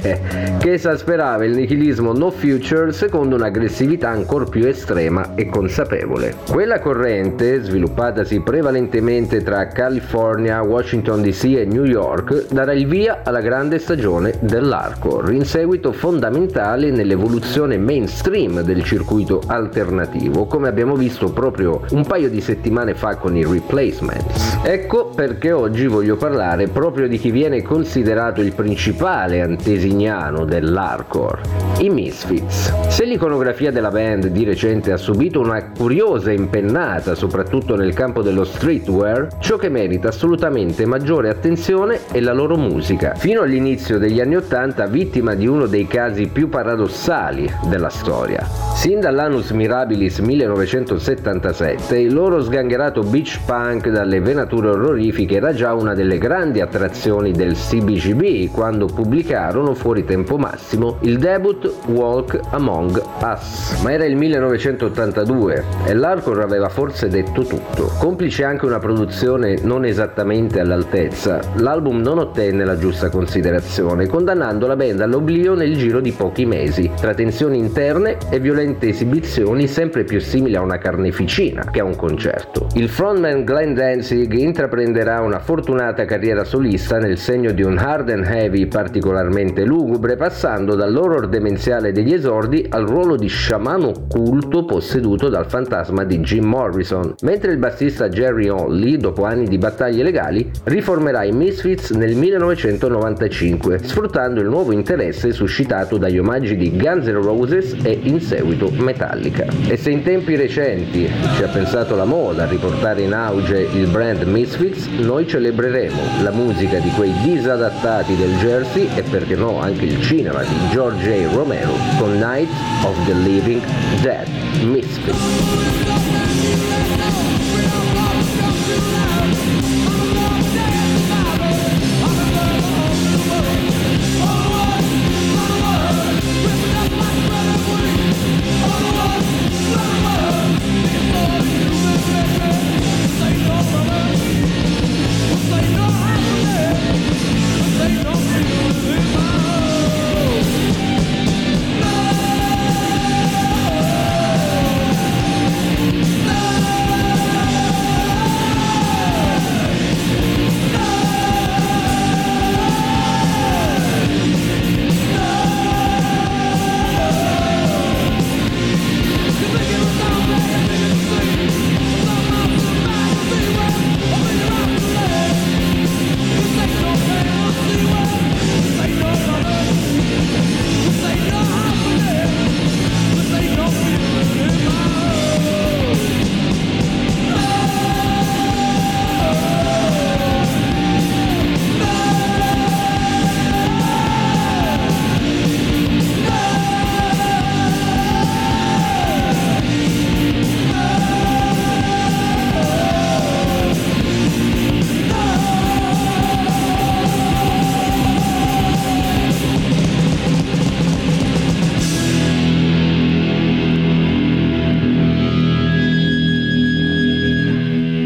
che esasperava il nichilismo no future secondo un'aggressività ancor più estrema e consapevole. Quella corrente, sviluppatasi prevalentemente tra California, Washington D C e New York, darà il via alla grande stagione dell'hardcore, in seguito fondamentale nell'evoluzione mainstream del circuito alternativo, come abbiamo visto proprio un paio di settimane fa con i Replacements. Ecco perché oggi voglio parlare proprio di chi viene considerato il principale antesignano dell'hardcore, i Misfits. Se l'iconografia della band di recente ha subito una curiosa impennata, soprattutto nel campo dello streetwear, ciò che merita assolutamente maggiore attenzione è la loro musica. Fino all'inizio degli anni ottanta vittima di uno dei casi più paradossali della storia. Sin dall'Annus Mirabilis millenovecentosettantasette, il loro sgangherato beach punk dalle venature orrorifiche era già una delle grandi attrazioni del C B G B quando pubblicarono fuori tempo massimo il debut Walk Among Us. Ma era il millenovecentottantadue e l'hardcore aveva forse detto tutto. Complice anche una produzione non esattamente all'altezza, l'album non ottenne la giusta considerazione, condannando la band all'oblio nel giro di pochi mesi, tra tensioni interne e violente esibizioni sempre più simili a una carneficina che a un concerto. Il frontman Glenn Danzig intraprenderà una fortunata carriera solista nel segno di un hard and heavy particolarmente lugubre, passando dall'horror demenziale degli esordi al ruolo di sciamano occulto posseduto dal fantasma di Jim Morrison, mentre il bassista Jerry Only, dopo anni di battaglie legali, riformerà i Misfits nel millenovecentonovantacinque, sfruttando il nuovo interesse suscitato dagli omaggi di Guns N' Roses e in seguito Metallica. E se in tempi recenti ci ha pensato la moda a riportare in auge il brand Misfits, noi celebreremo la musica di quei disadattati del Jersey e perché no anche il cinema di George A. Romero con Night of the Living Dead, Misfits.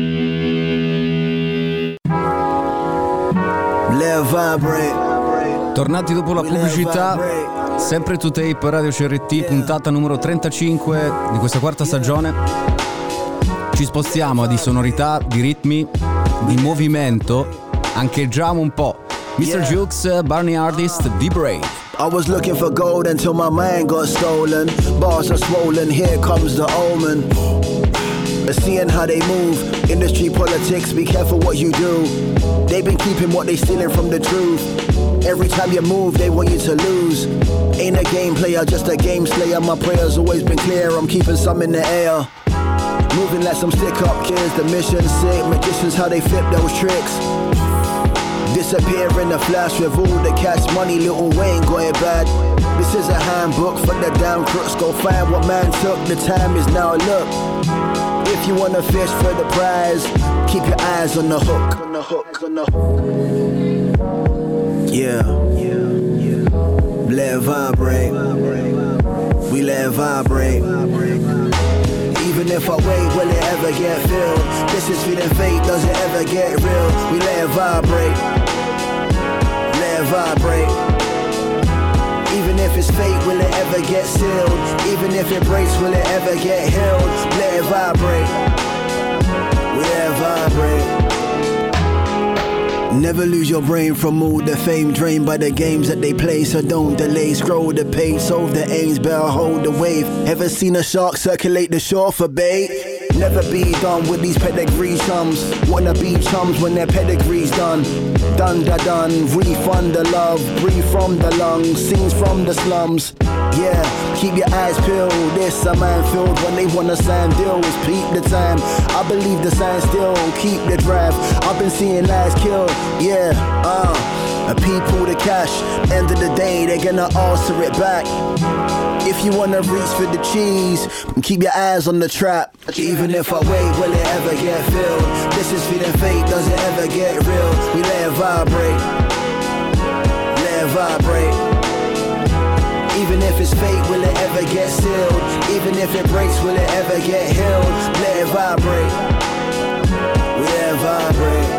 Vibrate. Tornati dopo la pubblicità, sempre To Tape Radio C R T, puntata numero trentacinque di questa quarta stagione. Ci spostiamo di sonorità, di ritmi, di movimento, ancheggiamo un po'. mister Yeah. Jukes, Barney Artist, Be Brave. I was looking for gold until my mind got stolen. Bars are swollen, here comes the omen. Seeing how they move, industry politics, be careful what you do. They've been keeping what they stealing from the truth. Every time you move, they want you to lose. Ain't a game player, just a game slayer. My prayers always been clear, I'm keeping some in the air. Moving like some stick-up kids, the mission sick. Magicians, how they flip those tricks. Disappear in a flash with all the cash money, Lil Wayne got it bad. This is a handbook for the damn crooks. Go find what man took, the time is now, look. If you wanna fish for the prize, keep your eyes on the hook. On the hook, on the hook. Yeah, yeah, yeah. Let it vibrate. We let it vibrate. Even if I wait, will it ever get filled? This is feeling fake, does it ever get real? We let it vibrate. Let it vibrate. Even if it's fake, will it ever get sealed? Even if it breaks, will it ever get healed? Let it vibrate. We let it vibrate. Never lose your brain from all the fame drained by the games that they play, so don't delay. Scroll the page, solve the aims, better hold the wave. Ever seen a shark circulate the shore for bait? Never be done with these pedigree chums. Wanna be chums when their pedigree's done. Done da done, refund the love, breathe from the lungs, scenes from the slums. Yeah, keep your eyes peeled, this a minefield when they wanna sign deals. Peep the time, I believe the sign still, keep the drive. I've been seeing lives killed, yeah, uh a people the cash, end of the day they're gonna answer it back. If you wanna reach for the cheese, keep your eyes on the trap. Even if I wait, will it ever get filled? This is feeling fake, does it ever get real? We let it vibrate, let it vibrate. Even if it's fake, will it ever get sealed? Even if it breaks, will it ever get healed? Let it vibrate, we let it vibrate.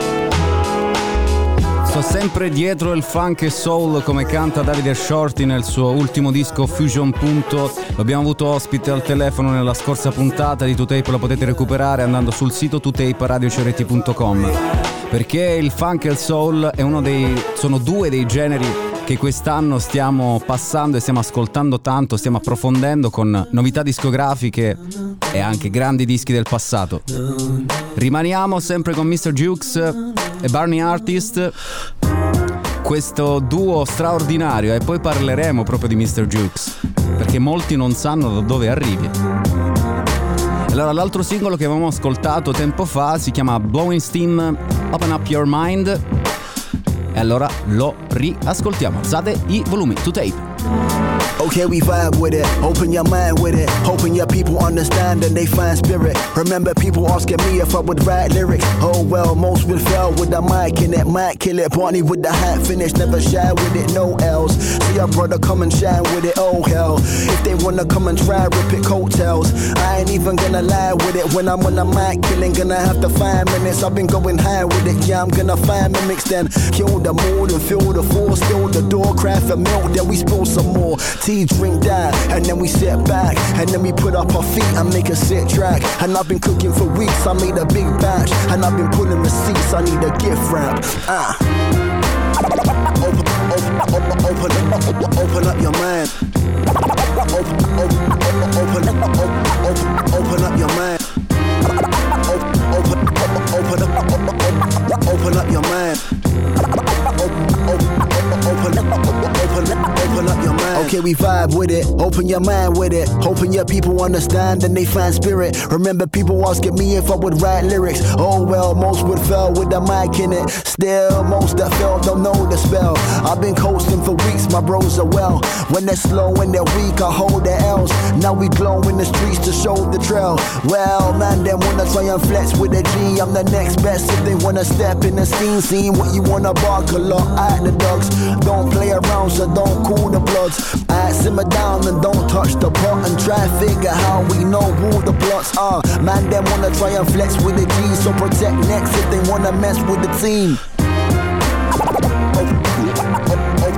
Sto sempre dietro il funk e soul, come canta Davide Shorty nel suo ultimo disco Fusion Punto. L'abbiamo avuto ospite al telefono nella scorsa puntata di To Tape, la potete recuperare andando sul sito to tape radio c r t punto com, perché il funk e il soul è uno dei, sono due dei generi che quest'anno stiamo passando e stiamo ascoltando tanto, stiamo approfondendo con novità discografiche e anche grandi dischi del passato. Rimaniamo sempre con mister Jukes e Barney Artist, questo duo straordinario, e poi parleremo proprio di mister Jukes, perché molti non sanno da dove arrivi. Allora, l'altro singolo che avevamo ascoltato tempo fa si chiama Blowing Steam, Open Up Your Mind, e allora lo riascoltiamo. Alzate i volumi. To Tape. Okay, we vibe with it, open your mind with it, hoping your people understand and they find spirit. Remember people asking me if I would write lyrics. Oh well, most would fail with the mic in it, might kill it. Barney with the hat finish, never shy with it, no else. See your brother come and shine with it, oh hell. If they wanna come and try, rip it coattails. I ain't even gonna lie with it, when I'm on the mic killing, gonna have to find minutes. I've been going high with it, yeah, I'm gonna find mimics, then kill the mood and feel the force, still the door, craft and milk, then we spill some more. Tea, drink that, and then we sit back, and then we put up our feet and make a sick track. And I've been cooking for weeks, I made a big batch, and I've been pulling receipts, I need a gift wrap. Ah. Open, open, open, open, open, open up your mind. Open, open, open, open, open, open up your mind. Open, open, open, open, open up your mind. Open, open, open, open, open up your mind. Okay, we vibe with it, open your mind with it, hoping your people understand and they find spirit. Remember people asking me if I would write lyrics. Oh well, most would fail with the mic in it. Still, most that fail don't know the spell. I've been coasting for weeks, my bros are well. When they're slow, when they're weak, I hold their L's. Now we glow in the streets to show the trail. Well, man, them wanna try and flex with a G. I'm the next best if they wanna step in the scene. Seeing what you wanna bark a lot at the dogs. Don't play around, so don't cool the bloods. I simmer down and don't touch the pot, and try figure how we know who the plots are. Man, them wanna try and flex with the G, so protect next if they wanna mess with the team. Open,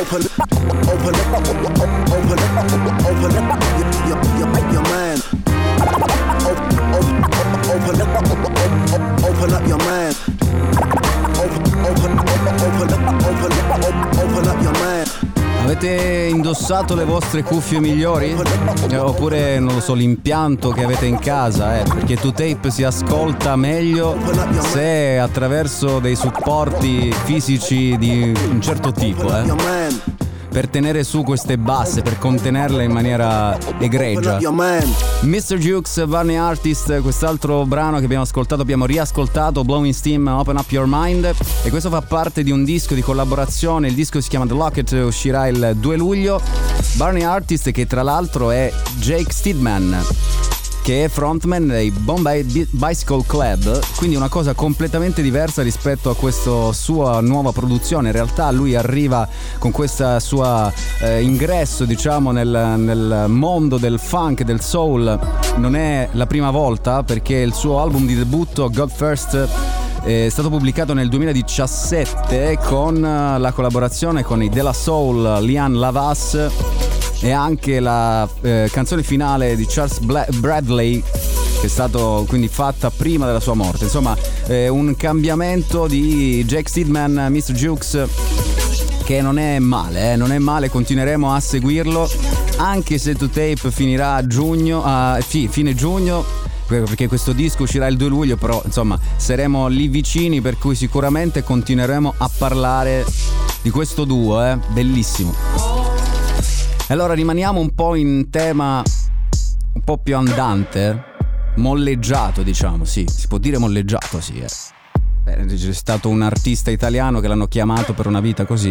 open, open up, open up, open up your, your, your, your mind. Open, open, open up, open up your mind. Open, open, open up, open up, open up your mind. Avete indossato le vostre cuffie migliori? Eh, oppure, non lo so, l'impianto che avete in casa, eh? Perché two tape si ascolta meglio se attraverso dei supporti fisici di un certo tipo, eh? Per tenere su queste basse, per contenerle in maniera egregia. mister Jukes, Barney Artist, quest'altro brano che abbiamo ascoltato, abbiamo riascoltato, Blowing Steam, Open Up Your Mind, e questo fa parte di un disco di collaborazione. Il disco si chiama The Locket, uscirà il due luglio. Barney Artist, che tra l'altro è Jake Steedman, che è frontman dei Bombay Bicycle Club, quindi una cosa completamente diversa rispetto a questa sua nuova produzione. In realtà lui arriva con questo suo eh, ingresso, diciamo, nel, nel mondo del funk, del soul. Non è la prima volta, perché il suo album di debutto, God First, è stato pubblicato nel duemiladiciassette con la collaborazione con i De La Soul, Lian Lavas, e anche la eh, canzone finale di Charles Bla- Bradley, che è stato quindi fatta prima della sua morte. Insomma, eh, un cambiamento di Jake Steedman, mister Jukes, che non è male, eh, non è male, continueremo a seguirlo, anche se two tape finirà a giugno, a sì, fine giugno, perché questo disco uscirà il due luglio, però insomma saremo lì vicini, per cui sicuramente continueremo a parlare di questo duo, eh, bellissimo. Allora rimaniamo un po' in tema un po' più andante, molleggiato, diciamo, sì, si può dire molleggiato, sì. Eh. Beh, c'è stato un artista italiano che l'hanno chiamato per una vita così.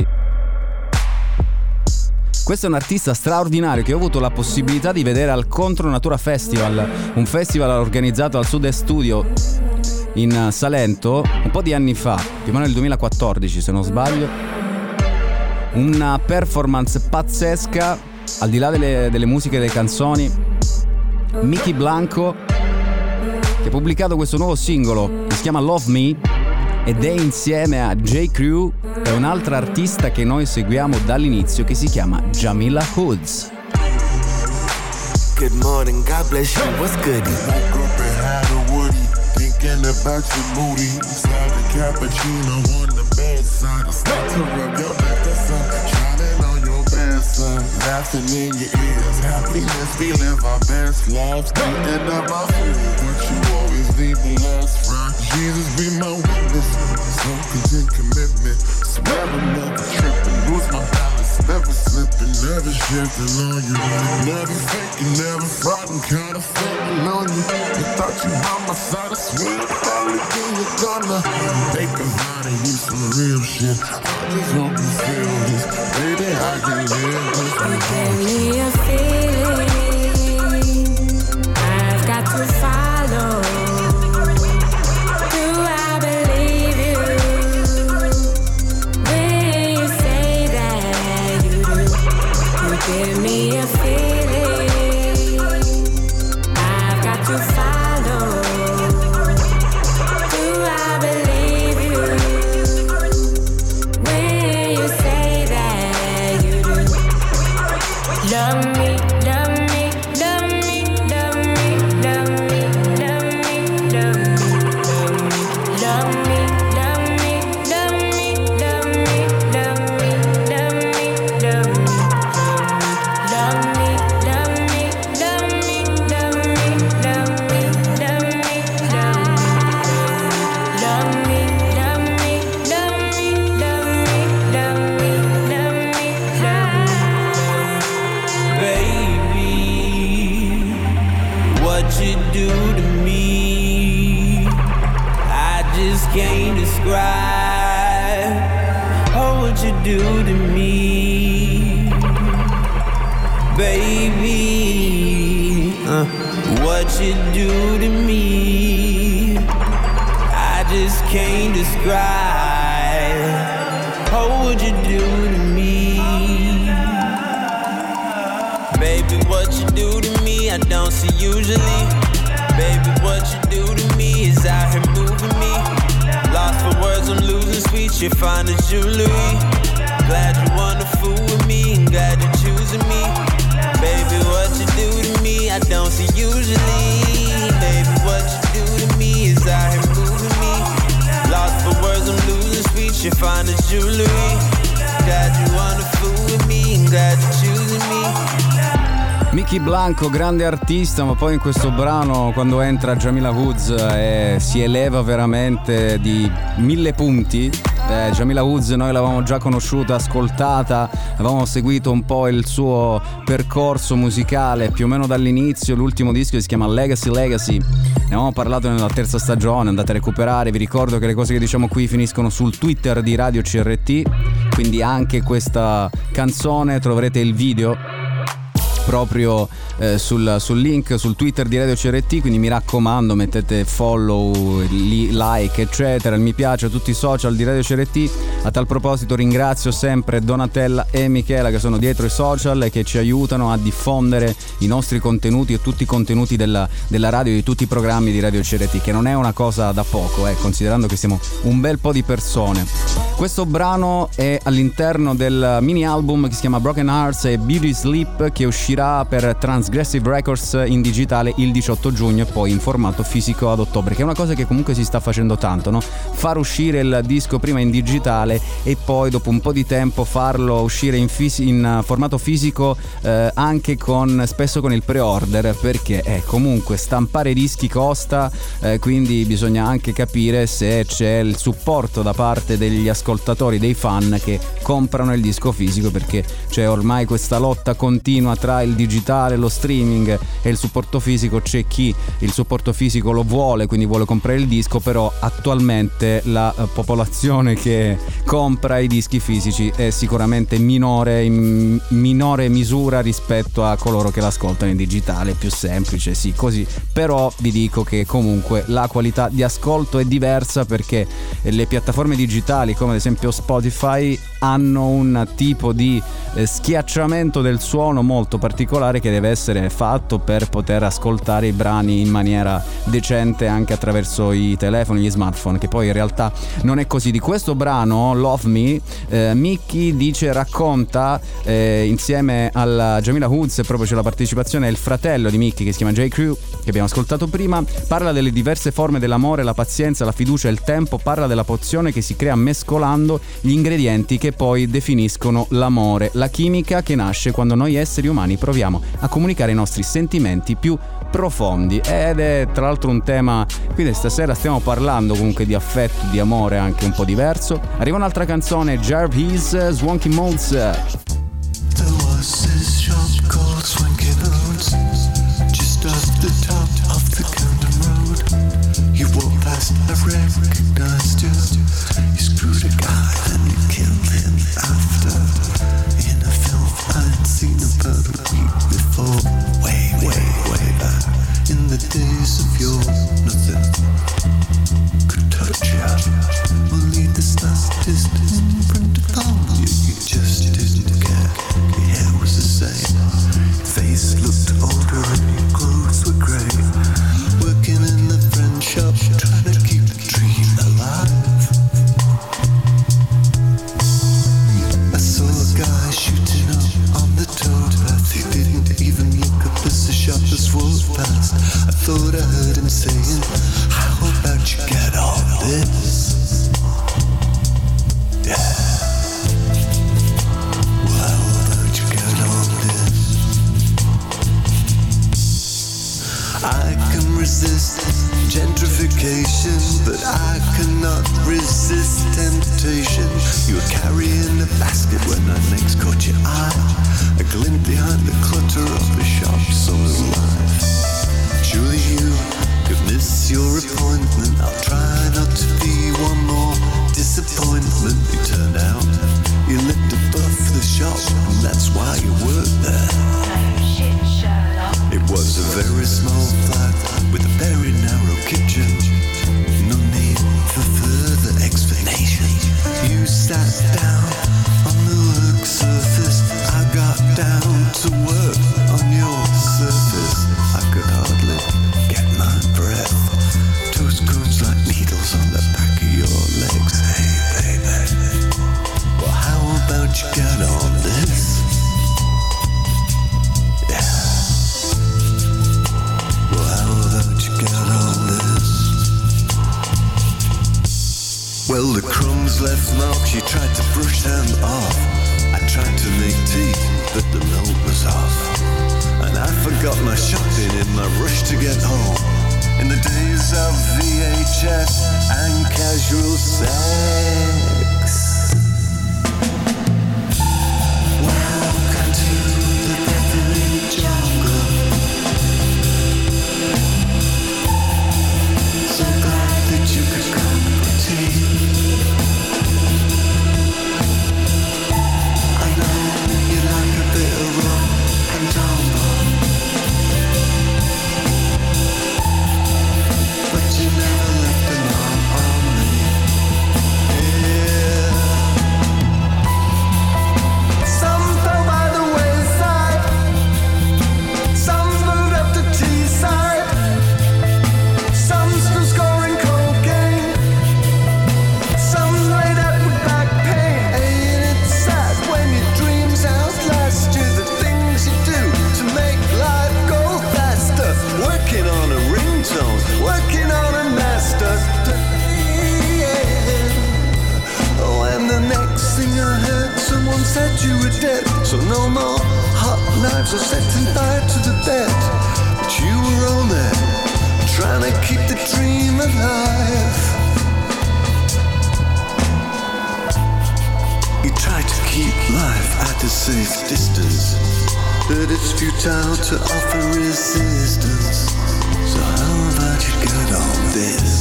Questo è un artista straordinario che ho avuto la possibilità di vedere al Contro Natura Festival, un festival organizzato al Sud Studio in Salento un po' di anni fa, più o meno nel duemilaquattordici se non sbaglio. Una performance pazzesca, al di là delle, delle musiche e delle canzoni. Mickey Blanco, che ha pubblicato questo nuovo singolo che si chiama Love Me, ed è insieme a J. Crew e un'altra artista che noi seguiamo dall'inizio, che si chiama Jamila Hoods. Good morning, God bless you, what's good? Woke up and had a woody, thinking about you moody. Inside the cappuccino on the bedside, I start to rub your back, the sun shining on your bedside. Laughing in your ears, happiness, we live our best lives. Eating up my food, but you always leave the last fry. Jesus be my witness, so content commitment. Swear I'm never tripping, lose my balance, never slipping, never shifting on you. Never faking, never fronting, kinda faking on you. I thought you by my side, I swear to probably be you're gonna take a lot of you some real shit. I just hope you feel this, baby, I can live this. You gave me a feeling I've got to follow. Give me a feeling I've got to follow. Do I believe you when you say that you do? Love me, love me, love me, love me, love me, love me, love me, love me, love me, love me, love me, love me, love me, love me. Can't describe oh, what you do to me, baby. Uh, what you do to me, I just can't describe. Oh, what you do to me, baby. What you do to me, I don't see usually. Baby, what you do to me is out here moving me. Lost for words, I'm losing speech. You're fine as jewelry. Glad you wanna fool with me, and glad you're choosing me. Baby, what you do to me, I don't see usually. Baby, what you do to me is out here moving me. Lost for words, I'm losing speech, you find it's jewelry. Glad you wanna fool with me, and glad you're choosing me. Mickey Blanco, grande artista, ma poi in questo brano quando entra Jamila Woods eh, si eleva veramente di mille punti. Eh, Jamila Woods noi l'avevamo già conosciuta, ascoltata, avevamo seguito un po' il suo percorso musicale più o meno dall'inizio. L'ultimo disco si chiama Legacy Legacy, ne avevamo parlato nella terza stagione, andate a recuperare. Vi ricordo che le cose che diciamo qui finiscono sul Twitter di Radio C R T, quindi anche questa canzone troverete il video proprio eh, sul, sul link sul Twitter di Radio C R T, quindi mi raccomando mettete follow, li, like eccetera, il mi piace a tutti i social di Radio C R T. A tal proposito ringrazio sempre Donatella e Michela che sono dietro i social e che ci aiutano a diffondere i nostri contenuti e tutti i contenuti della, della radio, di tutti i programmi di Radio C R T, che non è una cosa da poco, eh, considerando che siamo un bel po' di persone. Questo brano è all'interno del mini album che si chiama Broken Hearts e Beauty Sleep, che uscirà per Transgressive Records in digitale il diciotto giugno e poi in formato fisico ad ottobre, che è una cosa che comunque si sta facendo tanto, no? Far uscire il disco prima in digitale e poi dopo un po' di tempo farlo uscire in, fis- in formato fisico eh, anche con spesso con il pre-order, perché eh, comunque stampare dischi costa, eh, quindi bisogna anche capire se c'è il supporto da parte degli ascoltatori, dei fan che comprano il disco fisico, perché c'è ormai questa lotta continua tra il digitale, lo streaming e il supporto fisico. C'è chi il supporto fisico lo vuole, quindi vuole comprare il disco, però attualmente la eh, popolazione che compra i dischi fisici è sicuramente minore, in minore misura rispetto a coloro che l'ascoltano in digitale. È più semplice, sì, così, però vi dico che comunque la qualità di ascolto è diversa, perché le piattaforme digitali come ad esempio Spotify hanno un tipo di eh, schiacciamento del suono molto particolare che deve essere fatto per poter ascoltare i brani in maniera decente anche attraverso i telefoni, gli smartphone, che poi in realtà non è così. Di questo brano Love Me eh, Mickey dice, racconta eh, insieme alla Jamila Woods, proprio c'è la partecipazione del fratello di Mickey che si chiama J. Crew, che abbiamo ascoltato prima, parla delle diverse forme dell'amore, la pazienza, la fiducia e il tempo, parla della pozione che si crea mescolando gli ingredienti che poi definiscono l'amore, la chimica che nasce quando noi esseri umani proviamo a comunicare i nostri sentimenti più profondi. Ed è tra l'altro un tema, quindi stasera stiamo parlando comunque di affetto, di amore anche un po' diverso. Arriva un'altra canzone, Jarvis, Swanky Modes. There was this shop called Swanky Modes, just off the top of the Camden Road. You walked past, I recognized you. You screwed a guy and you killed him after. In a film I'd seen about a week before. Way, way, way back in the days of your nothing could touch you. Only the slightest imprint upon you. You just didn't care. Your hair was the same. Face looked older and your clothes were grey. Working in the friend shop, trying to keep the dream alive. I saw a guy shooting up on the towpath. He didn't even look up as the shoppers walked past. I thought I heard him saying, how about you get on this? Yeah. Well, how about you get on this? I can resist gentrification, but I cannot resist temptation. You were carrying a basket when I next caught your eye. A glint behind the clutter of the shop so alive. Surely you could miss your appointment. I'll try not to be one more disappointment. You turned out you lived above the shop, and that's why you worked there. It was a very small flat with a very narrow kitchen. No need for further explanation. You sat down on the work surface. I got down to work on your surface. I could hardly get my breath. Toast cones like needles on the back of your legs. Hey baby, well how about Fingers left marks, you tried to brush them off. I tried to make tea, but the milk was off. And I forgot my shopping in my rush to get home. In the days of V H S and casual sex. Welcome to the Beverly Jungle. So glad that you could come for tea. I know you like a bit of rum and tumble, but you never left a mark on me. Yeah. Some fell by the wayside, some moved up to Teesside, some still scoring cocaine, some laid out with back pain. Ain't it sad when your dreams outlast you? The things you do to make life go faster. Working on a ringtone, working on a master. Oh, and the next thing I heard, someone said you were dead. So no more hot knives or setting fire to the bed. But you were on there, trying to keep the dream alive. You try to keep life at a safe distance, but it's futile to offer resistance. So how about you get on this?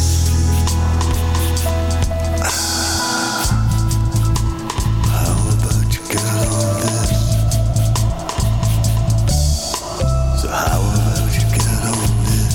Ah, how about you get on this? So how about you get on this?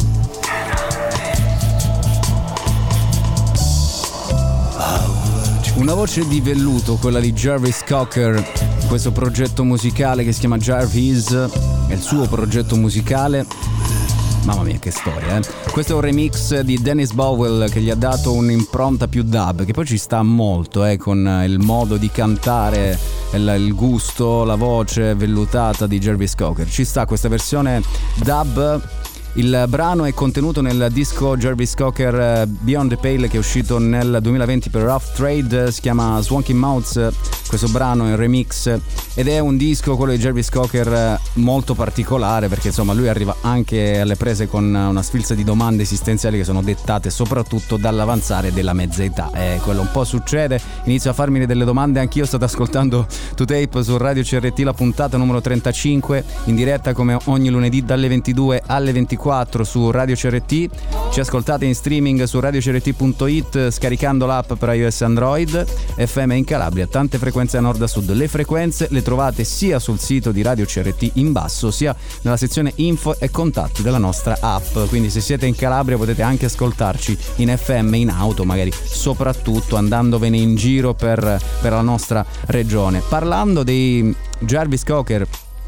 Una voce di velluto, quella di Jarvis Cocker, questo progetto musicale che si chiama Jarvis, è il suo progetto musicale. Mamma mia che storia, eh. Questo è un remix di Dennis Bowell che gli ha dato un'impronta più dub, che poi ci sta molto, eh, con il modo di cantare, il, il gusto, la voce vellutata di Jarvis Cocker. Ci sta questa versione dub. Il brano è contenuto nel disco Jarvis Cocker Beyond the Pale, che è uscito nel duemilaventi per Rough Trade. Si chiama Swanky Mouths, questo brano è un remix, ed è un disco, quello di Jarvis Cocker, molto particolare, perché insomma lui arriva anche alle prese con una sfilza di domande esistenziali che sono dettate soprattutto dall'avanzare della mezza età. E quello un po' succede, inizio a farmi delle domande anch'io. State ascoltando To Tape su Radio C R T, la puntata numero trentacinque, in diretta come ogni lunedì dalle ventidue alle ventiquattro su Radio C R T. Ci ascoltate in streaming su radio c r t punto i t, scaricando l'app per iOS e Android. F M in Calabria, tante frequenze a nord a sud. Le frequenze le trovate sia sul sito di Radio C R T in basso, sia nella sezione info e contatti della nostra app. Quindi se siete in Calabria potete anche ascoltarci in F M in auto, magari soprattutto andandovene in giro per, per la nostra regione. Parlando di Jarvis Cocker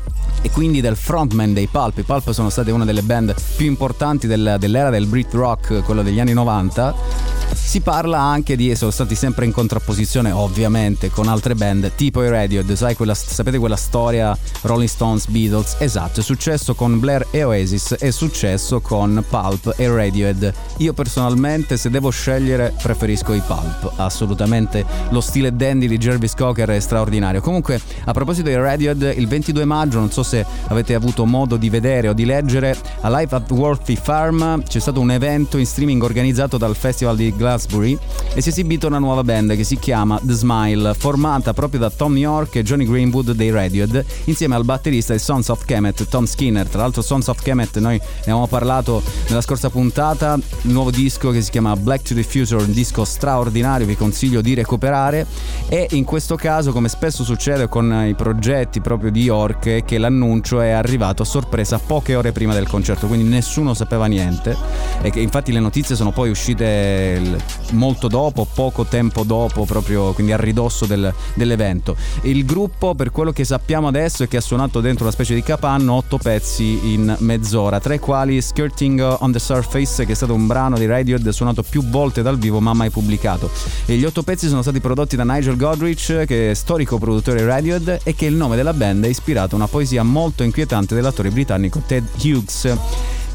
e quindi del frontman dei Pulp. I Pulp sono state una delle band più importanti del, dell'era del Brit Rock, quello degli anni novanta. Si parla anche di, sono stati sempre in contrapposizione ovviamente con altre band tipo i Radiohead, sai quella, sapete quella storia Rolling Stones, Beatles? Esatto, è successo con Blair e Oasis, è successo con Pulp e Radiohead. Io personalmente, se devo scegliere, preferisco i Pulp, assolutamente. Lo stile dandy di Jarvis Cocker è straordinario. Comunque, a proposito di Radiohead, il ventidue maggio, non so se avete avuto modo di vedere o di leggere, a Live at Worthy Farm c'è stato un evento in streaming organizzato dal Festival di Glastonbury e si è esibita una nuova band che si chiama The Smile, formata proprio da Tom York e Johnny Greenwood dei Radiohead, insieme al batterista di Sons of Kemet, Tom Skinner. Tra l'altro Sons of Kemet noi ne avevamo parlato nella scorsa puntata, il nuovo disco che si chiama Black to the Future, un disco straordinario, vi consiglio di recuperare. E in questo caso, come spesso succede con i progetti proprio di York, che l'annuncio è arrivato a sorpresa poche ore prima del concerto, quindi nessuno sapeva niente, e che infatti le notizie sono poi uscite molto dopo, poco tempo dopo, proprio quindi a ridosso del, dell'evento. Il gruppo, per quello che sappiamo adesso, è che ha suonato dentro una specie di capanno otto pezzi in mezz'ora, tra i quali Skirting on the Surface, che è stato un brano di Radiohead suonato più volte dal vivo ma mai pubblicato. E gli otto pezzi sono stati prodotti da Nigel Godrich, che è storico produttore Radiohead, e che il nome della band è ispirato a una poesia molto inquietante dell'attore britannico Ted Hughes.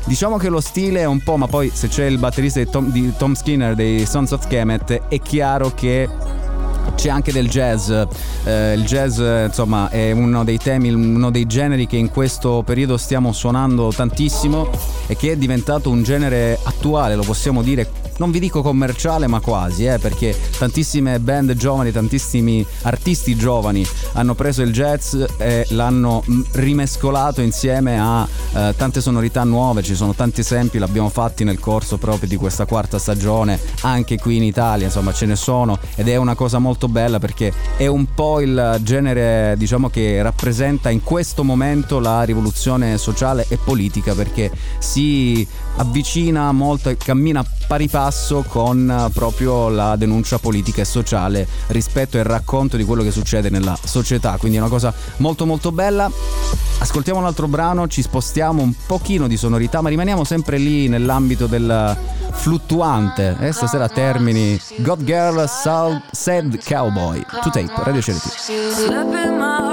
Diciamo che lo stile è un po', ma poi se c'è il batterista di Tom, di Tom Skinner dei Sons of Kemet è chiaro che c'è anche del jazz. Eh, il jazz insomma è uno dei temi, uno dei generi che in questo periodo stiamo suonando tantissimo e che è diventato un genere attuale, lo possiamo dire, non vi dico commerciale ma quasi, eh, perché tantissime band giovani, tantissimi artisti giovani hanno preso il jazz e l'hanno rimescolato insieme a eh, tante sonorità nuove. Ci sono tanti esempi, l'abbiamo fatti nel corso proprio di questa quarta stagione anche qui in Italia, insomma ce ne sono, ed è una cosa molto bella perché è un po' il genere, diciamo, che rappresenta in questo momento la rivoluzione sociale e politica, perché si avvicina molto e cammina pari passo con proprio la denuncia politica e sociale rispetto al racconto di quello che succede nella società, quindi è una cosa molto molto bella. Ascoltiamo un altro brano, ci spostiamo un pochino di sonorità ma rimaniamo sempre lì nell'ambito del fluttuante, e eh, stasera termini God Girl Sad, Sad Cowboy, To Tape, Radio C R T.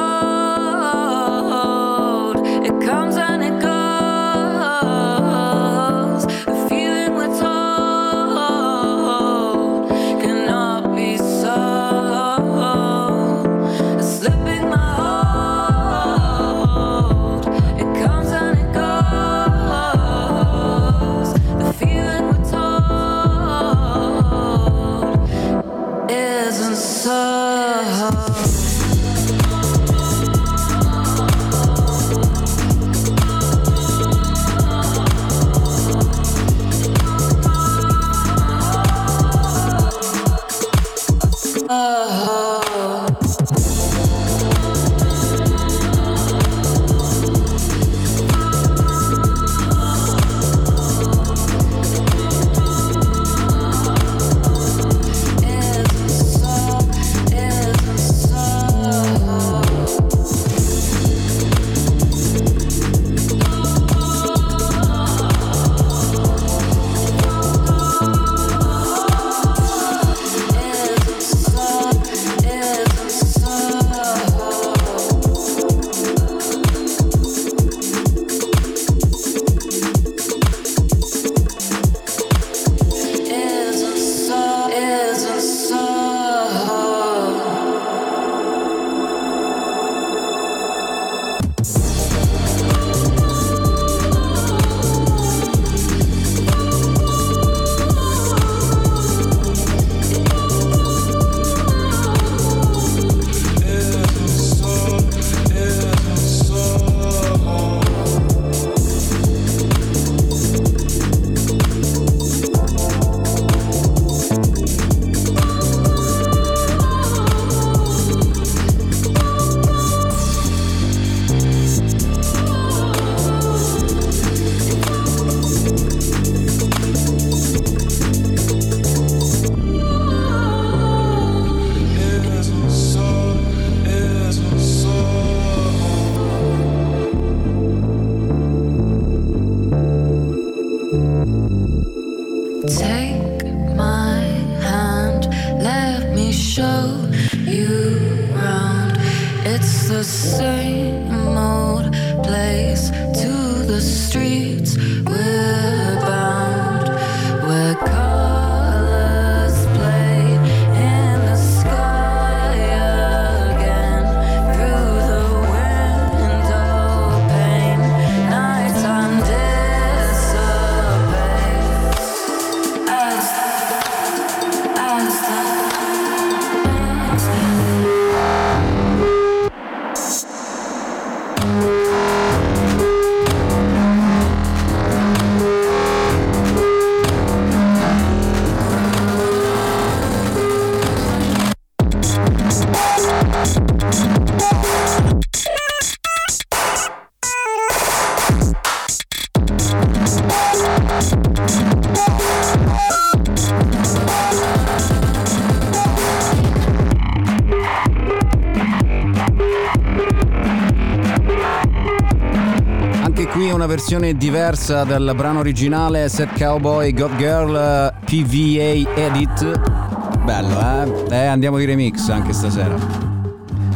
Versione diversa dal brano originale, Sad Cowboy, God Girl, P V A Edit. Bello, eh? Eh, andiamo di remix anche stasera.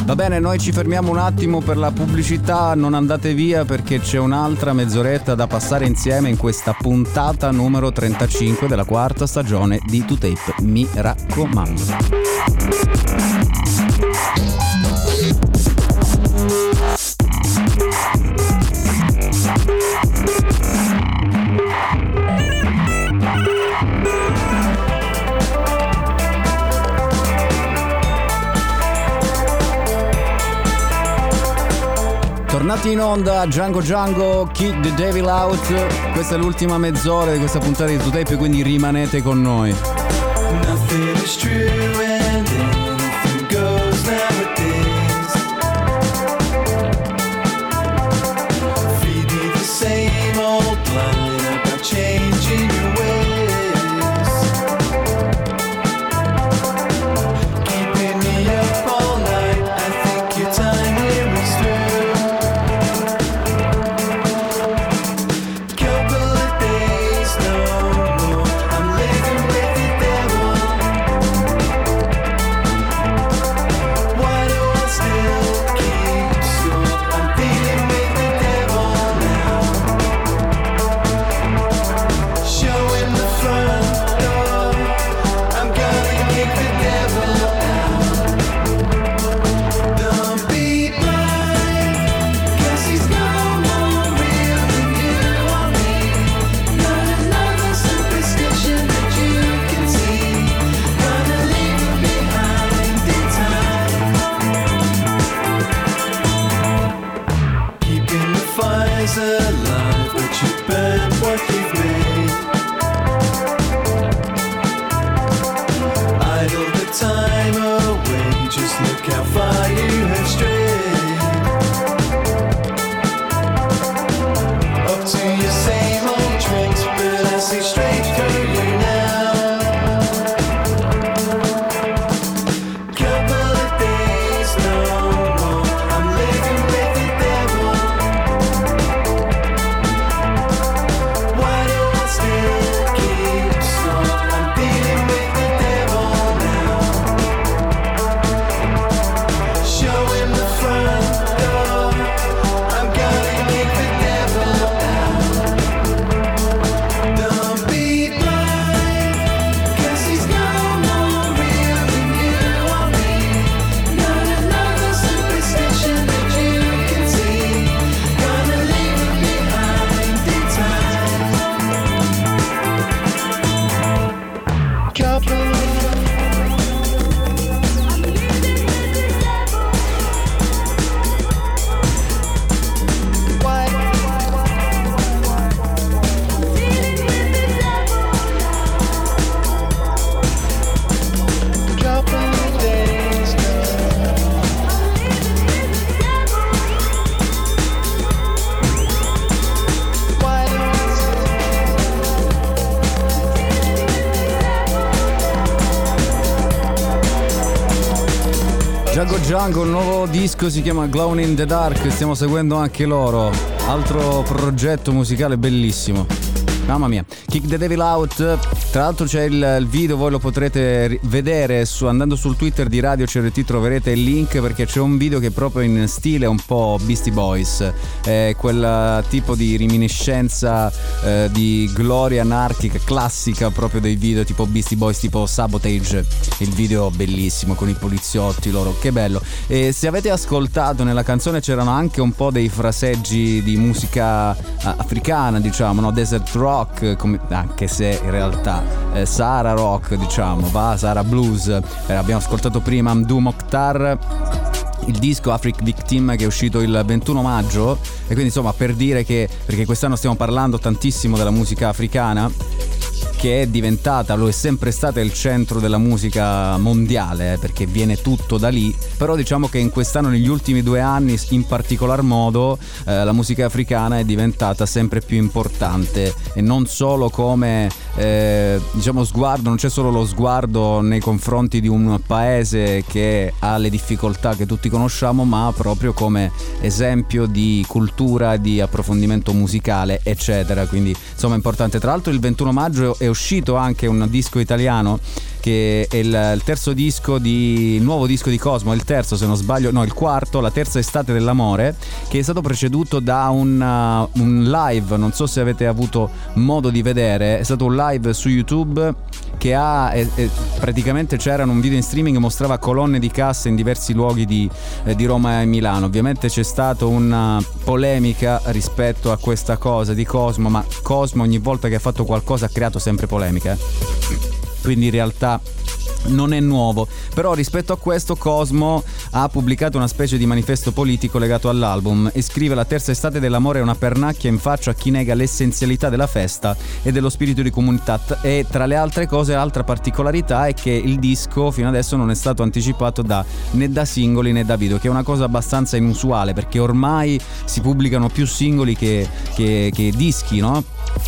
Va bene, noi ci fermiamo un attimo per la pubblicità, non andate via perché c'è un'altra mezz'oretta da passare insieme in questa puntata numero trentacinque della quarta stagione di two tape, mi raccomando. Tornati in onda, Django Django, Kick the Devil Out. Questa è l'ultima mezz'ora di questa puntata di two tape, quindi rimanete con noi. Nothing is true and anything goes nowadays. Feed me the same old line about changing your ways. Keeping me up all night, I think your time here is through. Alive, but you burn what you've made. Idle the time away, just look how far you have strayed. Up to your same old tricks, but I see straight through you now. Couple of days, no more, I'm living with the devil. Django Django, un nuovo disco, si chiama Glown in the Dark, stiamo seguendo anche loro, altro progetto musicale bellissimo. Mamma mia, Kick the Devil Out, tra l'altro c'è il, il video, voi lo potrete vedere su, andando sul Twitter di Radio C R T, troverete il link perché c'è un video che è proprio in stile un po' Beastie Boys, è quel tipo di reminiscenza eh, di gloria anarchica classica proprio dei video tipo Beastie Boys, tipo Sabotage, il video bellissimo con i poliziotti loro, che bello. E se avete ascoltato nella canzone c'erano anche un po' dei fraseggi di musica africana, diciamo, no? Desert Rock, come, anche se in realtà eh, Sahara Rock, diciamo, va, Sahara Blues. Eh, abbiamo ascoltato prima Mdou Mokhtar, il disco Afric Victim che è uscito il ventuno maggio, e quindi insomma per dire che, perché quest'anno stiamo parlando tantissimo della musica africana, che è diventata, lo è sempre stata, il centro della musica mondiale, eh, perché viene tutto da lì. Però diciamo che in quest'anno, negli ultimi due anni in particolar modo, eh, la musica africana è diventata sempre più importante, e non solo come eh, diciamo sguardo, non c'è solo lo sguardo nei confronti di un paese che ha le difficoltà che tutti conosciamo, ma proprio come esempio di cultura, di approfondimento musicale, eccetera. Quindi insomma è importante. Tra l'altro il ventuno maggio è uscito anche un disco italiano che è il, il terzo disco di il nuovo disco di Cosmo, il terzo se non sbaglio, no il quarto, La terza estate dell'amore, che è stato preceduto da un, uh, un live, non so se avete avuto modo di vedere, è stato un live su YouTube che ha eh, eh, praticamente c'era un video in streaming che mostrava colonne di cassa in diversi luoghi di, eh, di Roma e Milano. Ovviamente c'è stata una polemica rispetto a questa cosa di Cosmo, ma Cosmo ogni volta che ha fatto qualcosa ha creato sempre polemiche, quindi in realtà non è nuovo. Però rispetto a questo Cosmo ha pubblicato una specie di manifesto politico legato all'album e scrive: la terza estate dell'amore è una pernacchia in faccia a chi nega l'essenzialità della festa e dello spirito di comunità. E tra le altre cose, l'altra particolarità è che il disco fino adesso non è stato anticipato da né da singoli né da video, che è una cosa abbastanza inusuale perché ormai si pubblicano più singoli che, che, che dischi, no?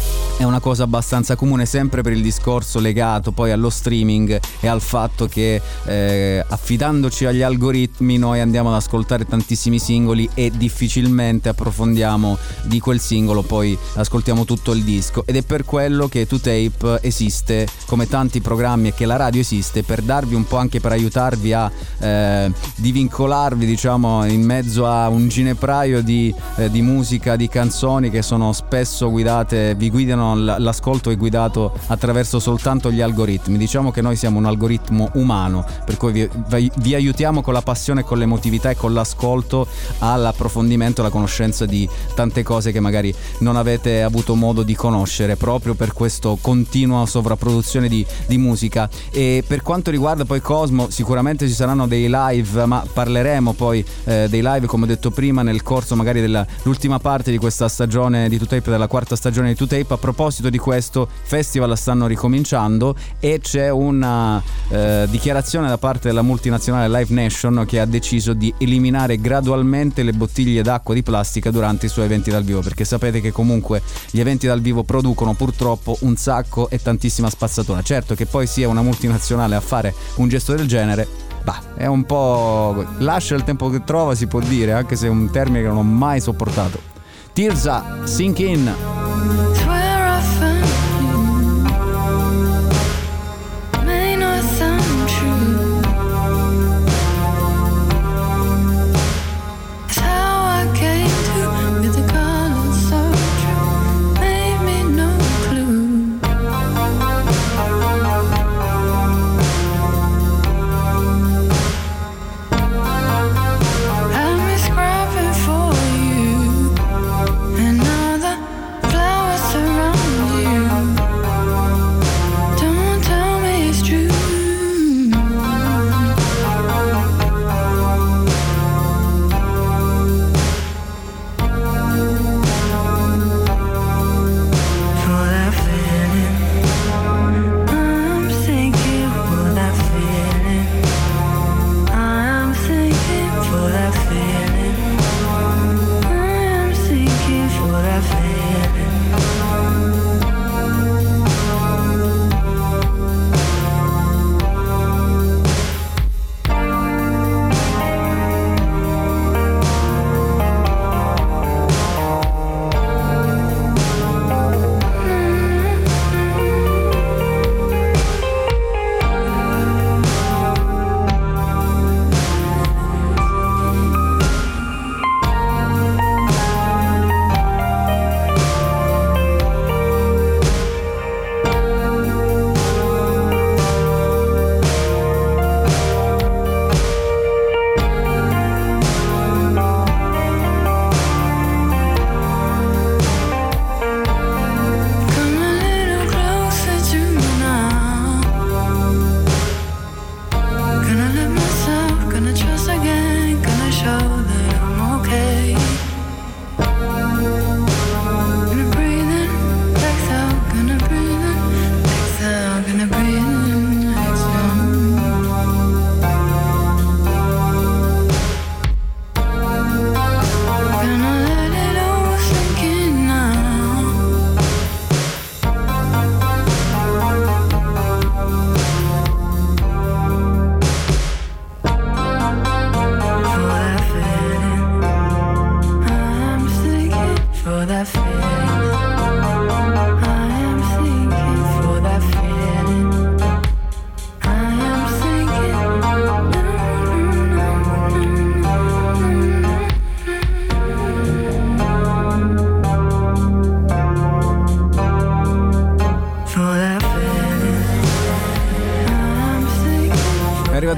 È una cosa abbastanza comune, sempre per il discorso legato poi allo streaming e al fatto che eh, affidandoci agli algoritmi noi andiamo ad ascoltare tantissimi singoli e difficilmente approfondiamo di quel singolo, poi ascoltiamo tutto il disco, ed è per quello che two tape esiste come tanti programmi e che la radio esiste, per darvi un po', anche per aiutarvi a eh, divincolarvi, diciamo, in mezzo a un ginepraio di, eh, di musica, di canzoni che sono spesso guidate, vi guidano, l'ascolto è guidato attraverso soltanto gli algoritmi. Diciamo che noi siamo un algoritmo umano, per cui vi, vi aiutiamo con la passione, con l'emotività e con l'ascolto all'approfondimento, alla conoscenza di tante cose che magari non avete avuto modo di conoscere proprio per questo continua sovrapproduzione di, di musica. E per quanto riguarda poi Cosmo, sicuramente ci saranno dei live, ma parleremo poi eh, dei live, come ho detto prima, nel corso magari dell'ultima parte di questa stagione di two tape, della quarta stagione di two tape. A proposito di questo, festival stanno ricominciando e c'è una eh, dichiarazione da parte della multinazionale Live Nation che ha deciso di eliminare gradualmente le bottiglie d'acqua di plastica durante i suoi eventi dal vivo, perché sapete che comunque gli eventi dal vivo producono purtroppo un sacco e tantissima spazzatura. Certo che poi sia una multinazionale a fare un gesto del genere, bah, è un po' lascia il tempo che trova, si può dire, anche se è un termine che non ho mai sopportato. Tirza, Sink In.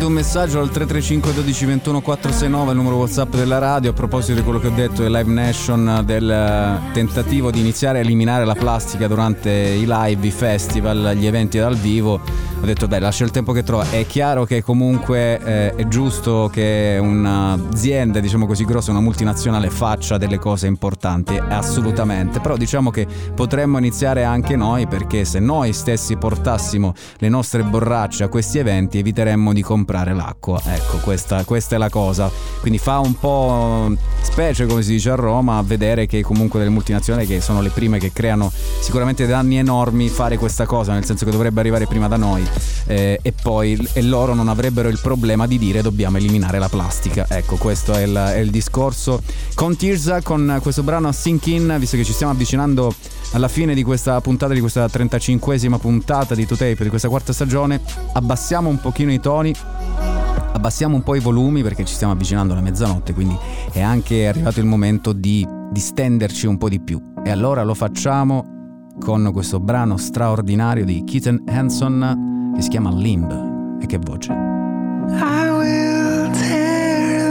mandate un messaggio al tre tre cinque uno due ventuno quattrocentosessantanove, il numero WhatsApp della radio, a proposito di quello che ho detto del Live Nation, del tentativo di iniziare a eliminare la plastica durante i live, i festival, gli eventi dal vivo. Ho detto beh, lascia il tempo che trova. È chiaro che comunque eh, è giusto che un'azienda, diciamo così, grossa, una multinazionale faccia delle cose importanti, assolutamente, però diciamo che potremmo iniziare anche noi, perché se noi stessi portassimo le nostre borracce a questi eventi eviteremmo di comprare l'acqua. Ecco, questa, questa è la cosa. Quindi fa un po' specie, come si dice a Roma, a vedere che comunque delle multinazionali, che sono le prime che creano sicuramente danni enormi, fare questa cosa, nel senso che dovrebbe arrivare prima da noi, eh, e poi e loro non avrebbero il problema di dire dobbiamo eliminare la plastica. Ecco, questo è il, è il discorso. Con Tirza, con questo brano Sink In, visto che ci stiamo avvicinando alla fine di questa puntata, di questa trentacinquesima puntata di two tape, di questa quarta stagione, abbassiamo un pochino i toni, abbassiamo un po' i volumi, perché ci stiamo avvicinando alla mezzanotte, quindi è anche arrivato il momento di distenderci un po' di più. E allora lo facciamo con questo brano straordinario di Keaton Hanson che si chiama Limb. E che voce! I will tear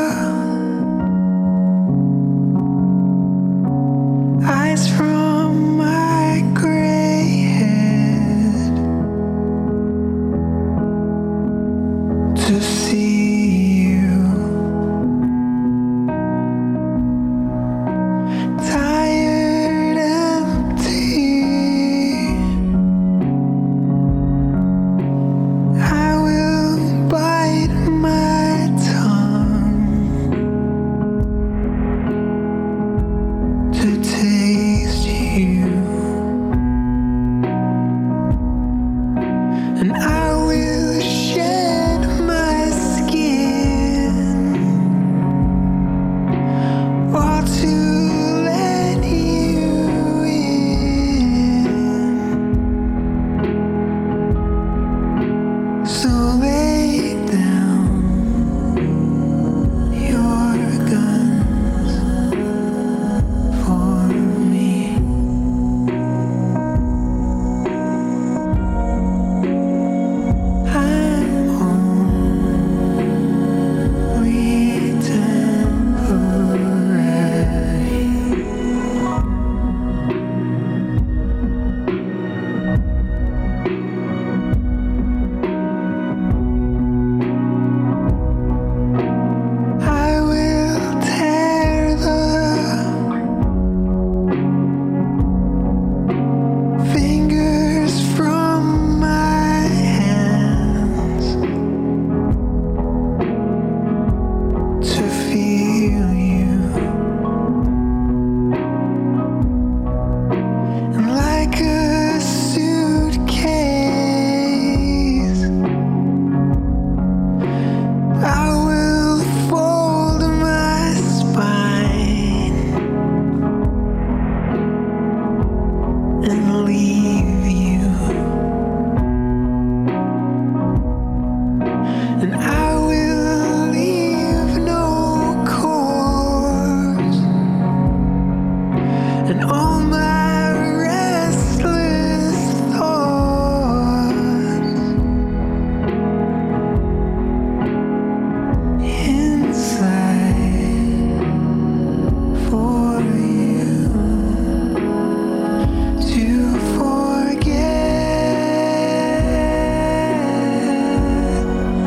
the ice from my gray head to see you. Tired, empty. I will bite my tongue to taste you, and I will shed my skin, or to let you in. So lay down your guns for me. I'm only temporary. I will tear the fingers from my hands to feel you, and like a suitcase, I will fold my spine and leave you, and I will leave no corpse, and all my restless thoughts inside for you to forget.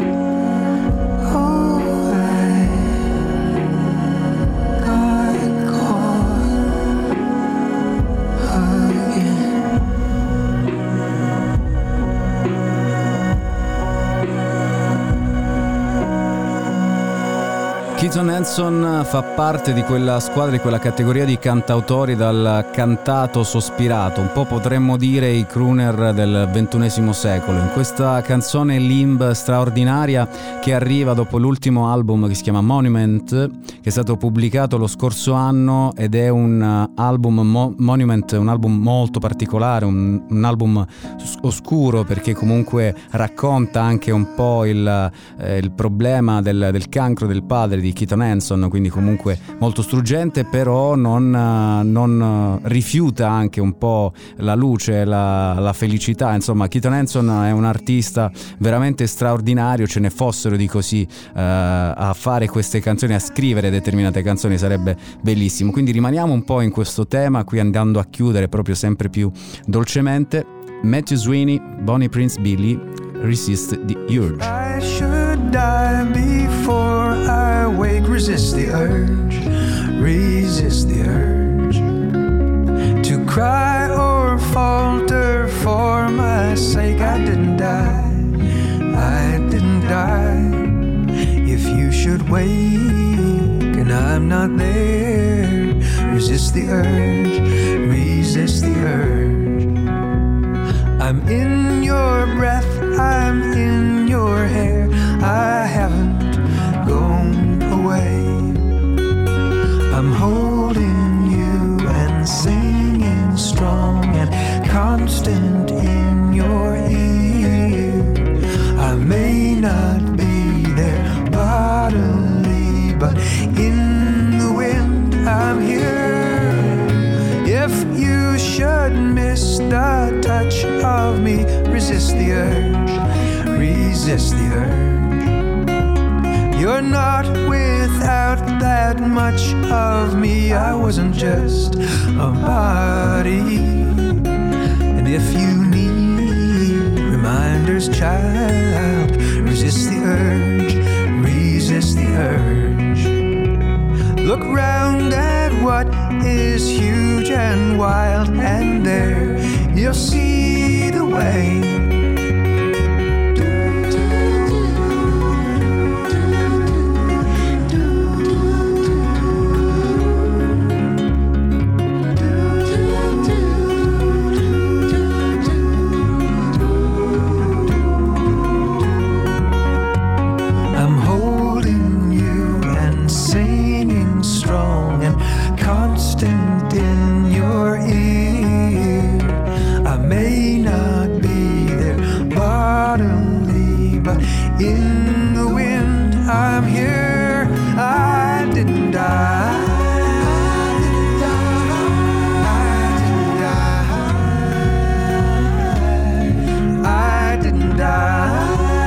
Oh, I got caught again. Keaton Hanson fa parte di quella squadra, di quella categoria di cantautori dal cantato sospirato, un po' potremmo dire i crooner del ventunesimo secolo. In questa canzone Limb straordinaria, che arriva dopo l'ultimo album che si chiama Monument, che è stato pubblicato lo scorso anno, ed è un album mo- Monument, un album molto particolare, un, un album oscuro, perché comunque racconta anche un po' il, eh, il problema del, del cancro del padre di Keaton Hanson, quindi comunque molto struggente, però non, non rifiuta anche un po' la luce, la, la felicità. Insomma, Keaton Hanson è un artista veramente straordinario, ce ne fossero di così uh, a fare queste canzoni, a scrivere determinate canzoni, sarebbe bellissimo. Quindi rimaniamo un po' in questo tema, qui andando a chiudere proprio sempre più dolcemente. Matthew Sweeney, Bonnie Prince Billy, Resist the Urge. I should die before I wake. Resist the urge, resist the urge to cry or falter for my sake. I didn't die, I didn't die. If you should wake and I'm not there, resist the urge, resist the urge. I'm in your breath, I'm in your hair, I haven't gone away. I'm holding you and singing strong and constant in your ear. I may not be there bodily, but in the wind I'm here. If you should miss the touch of me, resist the urge, resist the urge. You're not without that much of me. I wasn't just a body. And if you need reminders, child, resist the urge, resist the urge. Look round at what is huge and wild, and there you'll see the way. Constant in your ear. I may not be there bodily, but in the wind I'm here. I didn't die. I didn't die.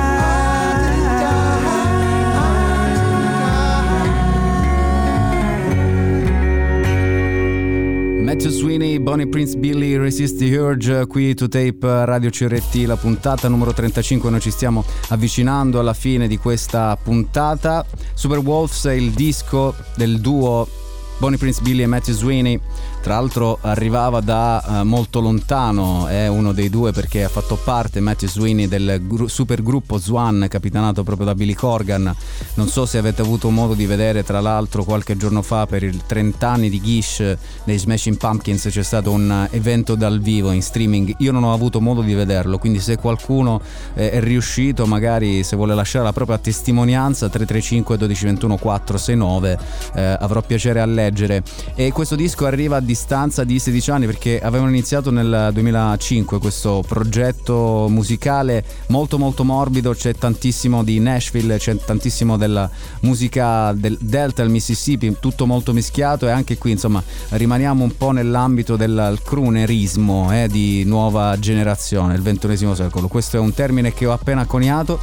Matthew Sweeney, Bonnie Prince Billy, Resist the Urge, qui To Tape Radio C R T, la puntata numero trentacinque. Noi ci stiamo avvicinando alla fine di questa puntata. Super Wolves è il disco del duo Bonnie Prince Billy e Matthew Sweeney. Tra l'altro arrivava da uh, molto lontano, è uno dei due perché ha fatto parte, Matthew Sweeney, del gru- super gruppo Swan, capitanato proprio da Billy Corgan. Non so se avete avuto modo di vedere, tra l'altro qualche giorno fa per i trenta anni di Gish dei Smashing Pumpkins c'è stato un evento dal vivo in streaming. Io non ho avuto modo di vederlo, quindi se qualcuno eh, è riuscito, magari se vuole lasciare la propria testimonianza, tre tre cinque uno due due uno quattro sei nove, eh, avrò piacere a leggere. E questo disco arriva a distanza di sedici anni, perché avevano iniziato nel duemilacinque questo progetto musicale molto molto morbido. C'è tantissimo di Nashville, c'è tantissimo della musica del Delta, il Mississippi, tutto molto mischiato. E anche qui insomma rimaniamo un po' nell'ambito del croonerismo eh, di nuova generazione, il ventunesimo secolo. Questo è un termine che ho appena coniato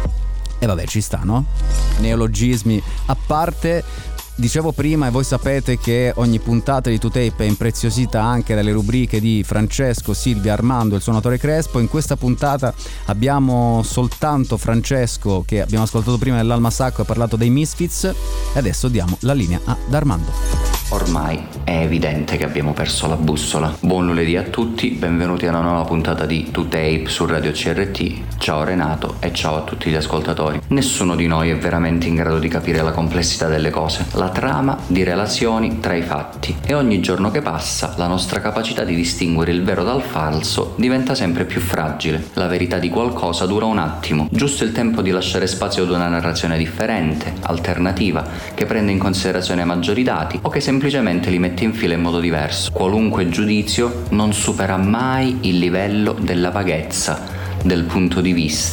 e vabbè, ci sta, no? Neologismi a parte. Dicevo prima, e voi sapete che ogni puntata di To Tape è impreziosita anche dalle rubriche di Francesco, Silvia, Armando e il suonatore Crespo. In questa puntata abbiamo soltanto Francesco, che abbiamo ascoltato prima nell'Alma Sacco, ha parlato dei Misfits, e adesso diamo la linea ad Armando. Ormai è evidente che abbiamo perso la bussola. Buon lunedì a tutti, benvenuti a una nuova puntata di To Tape su Radio C R T. Ciao Renato e ciao a tutti gli ascoltatori. Nessuno di noi è veramente in grado di capire la complessità delle cose, la trama di relazioni tra i fatti, e ogni giorno che passa la nostra capacità di distinguere il vero dal falso diventa sempre più fragile. La verità di qualcosa dura un attimo, giusto il tempo di lasciare spazio ad una narrazione differente, alternativa, che prende in considerazione maggiori dati o che semplicemente li mette in fila in modo diverso. Qualunque giudizio non supera mai il livello della vaghezza del punto di vista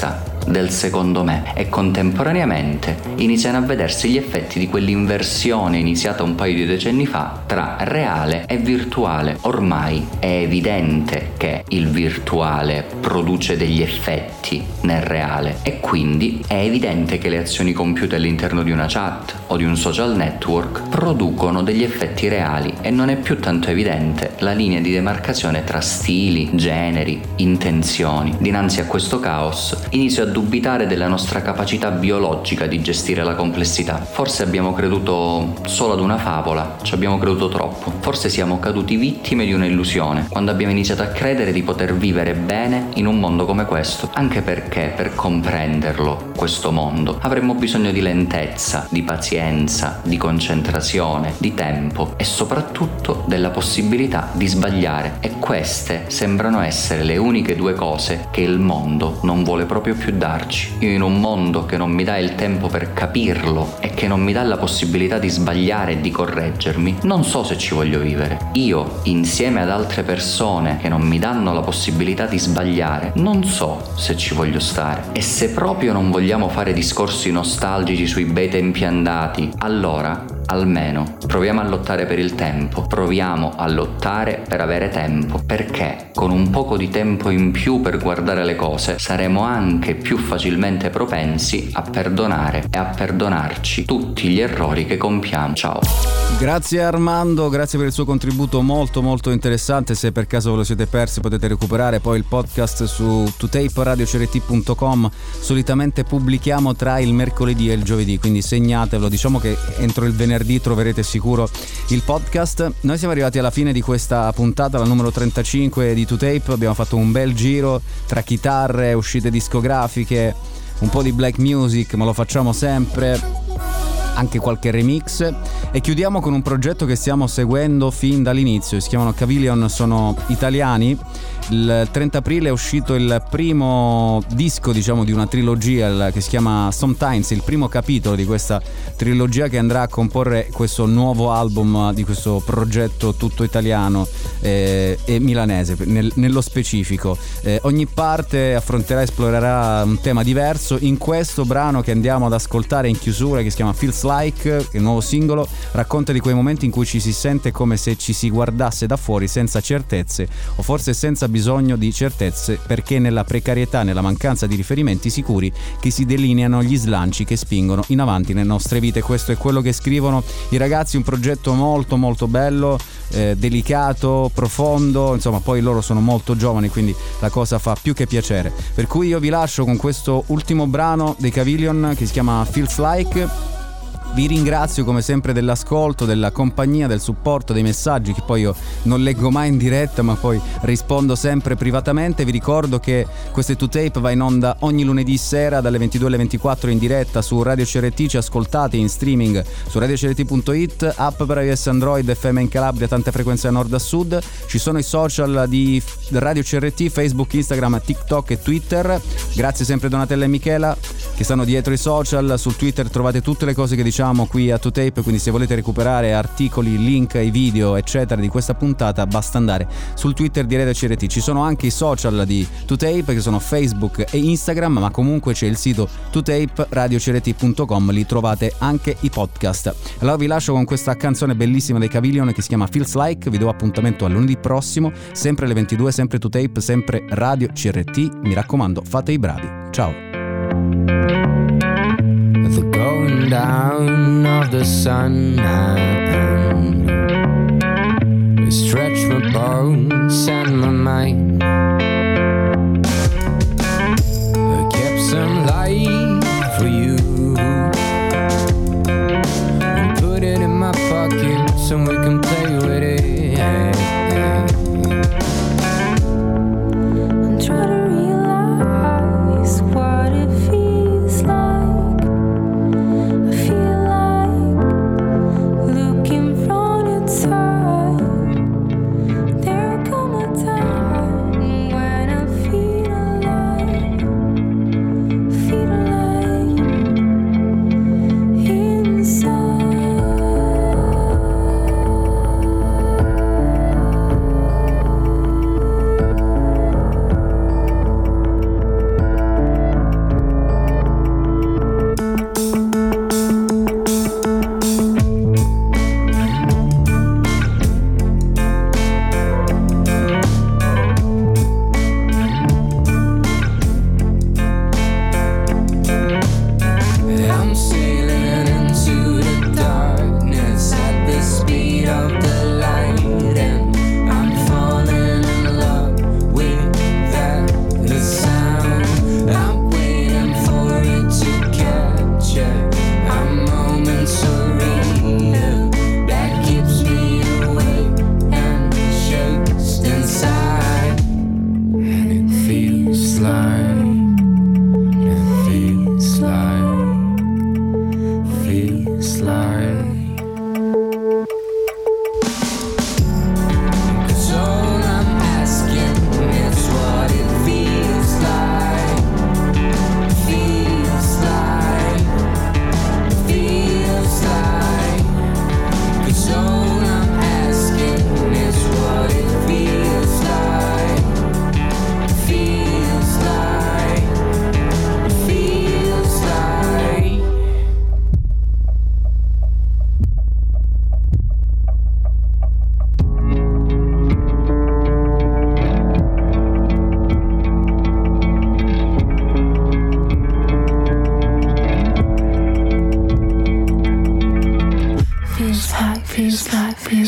del secondo me e contemporaneamente iniziano a vedersi gli effetti di quell'inversione iniziata un paio di decenni fa tra reale e virtuale. Ormai è evidente che il virtuale produce degli effetti nel reale e quindi è evidente che le azioni compiute all'interno di una chat o di un social network producono degli effetti reali e non è più tanto evidente la linea di demarcazione tra stili, generi, intenzioni. Dinanzi a questo caos inizio a dubitare della nostra capacità biologica di gestire la complessità. Forse abbiamo creduto solo ad una favola, ci abbiamo creduto troppo. Forse siamo caduti vittime di un'illusione quando abbiamo iniziato a credere di poter vivere bene in un mondo come questo, anche perché per comprenderlo, questo mondo, avremmo bisogno di lentezza, di pazienza, di concentrazione, di tempo e soprattutto della possibilità di sbagliare. E queste sembrano essere le uniche due cose che il mondo non vuole proprio più darci. Io in un mondo che non mi dà il tempo per capirlo e che non mi dà la possibilità di sbagliare e di correggermi, non so se ci voglio vivere. Io, insieme ad altre persone che non mi danno la possibilità di sbagliare, non so se ci voglio stare. E se proprio non vogliamo fare discorsi nostalgici sui bei tempi andati, allora almeno proviamo a lottare per il tempo, proviamo a lottare per avere tempo, perché con un poco di tempo in più per guardare le cose saremo anche più facilmente propensi a perdonare e a perdonarci tutti gli errori che compiamo. Ciao. Grazie Armando, grazie per il suo contributo molto molto interessante. Se per caso ve lo siete persi potete recuperare poi il podcast su two tape radio c r t punto com. Solitamente pubblichiamo tra il mercoledì e il giovedì, quindi segnatevelo. Diciamo che entro il venerdì troverete sicuro il podcast. Noi siamo arrivati alla fine di questa puntata, la numero trentacinque di two tape. Abbiamo fatto un bel giro tra chitarre, uscite discografiche, un po' di black music, ma lo facciamo sempre, anche qualche remix, e chiudiamo con un progetto che stiamo seguendo fin dall'inizio. Si chiamano Cavillion, sono italiani. Il trenta aprile è uscito il primo disco, diciamo, di una trilogia che si chiama Sometimes, il primo capitolo di questa trilogia che andrà a comporre questo nuovo album di questo progetto tutto italiano eh, e milanese nel, nello specifico. Eh, ogni parte affronterà, esplorerà un tema diverso. In questo brano che andiamo ad ascoltare in chiusura, che si chiama Feels Like, che è il nuovo singolo, racconta di quei momenti in cui ci si sente come se ci si guardasse da fuori senza certezze, o forse senza bisogno di certezze, perché nella precarietà, nella mancanza di riferimenti sicuri, che si delineano gli slanci che spingono in avanti le nostre vite. Questo è quello che scrivono i ragazzi, un progetto molto molto bello, eh, delicato, profondo, insomma poi loro sono molto giovani, quindi la cosa fa più che piacere. Per cui io vi lascio con questo ultimo brano dei Cavillion che si chiama Feels Like. Vi ringrazio come sempre dell'ascolto, della compagnia, del supporto, dei messaggi che poi io non leggo mai in diretta ma poi rispondo sempre privatamente. Vi ricordo che questo two tape va in onda ogni lunedì sera dalle ventidue alle ventiquattro in diretta su Radio C R T. Ci ascoltate in streaming su radio c r t punto i t, app per iOS, Android, F M in Calabria, tante frequenze da nord a sud. Ci sono i social di Radio C R T, Facebook, Instagram, TikTok e Twitter. Grazie sempre Donatella e Michela che stanno dietro i social. Sul Twitter trovate tutte le cose che diciamo qui a two tape, quindi se volete recuperare articoli, link ai video eccetera di questa puntata basta andare sul Twitter di Radio C R T. Ci sono anche i social di two tape che sono Facebook e Instagram, ma comunque c'è il sito two tape radio c r t punto com, lì trovate anche i podcast. Allora vi lascio con questa canzone bellissima dei Cavillion che si chiama Feels Like. Vi do appuntamento a lunedì prossimo, sempre alle ventidue, sempre two tape, sempre Radio C R T. Mi raccomando, fate i bravi. Ciao. The going down of the sun, we stretch my bones and my mind. I kept some light for you and put it in my pocket so we can play with it. I'm trying to realize what it feels like. Feel alive.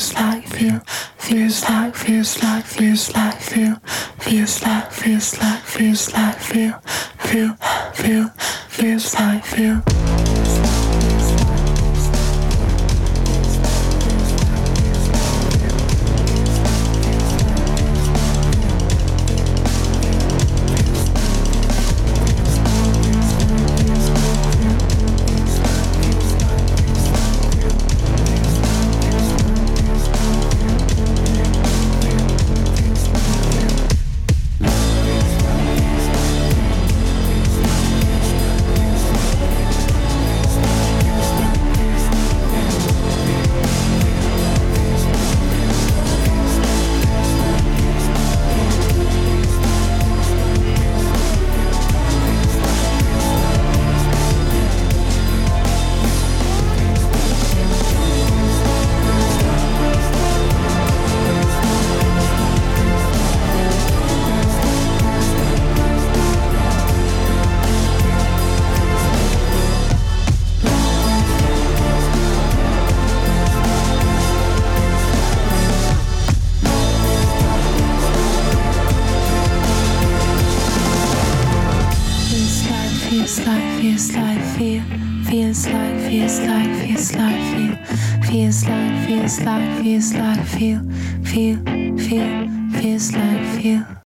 feels like feel, feels like, feels like, feels like feel, feels like, feels like, feels like feel, feel, feel, feels like feel. Feels like feel, feels like, feels like, feels like feel, feels like, feels like, feels like feel, feel, feel, feels like feel.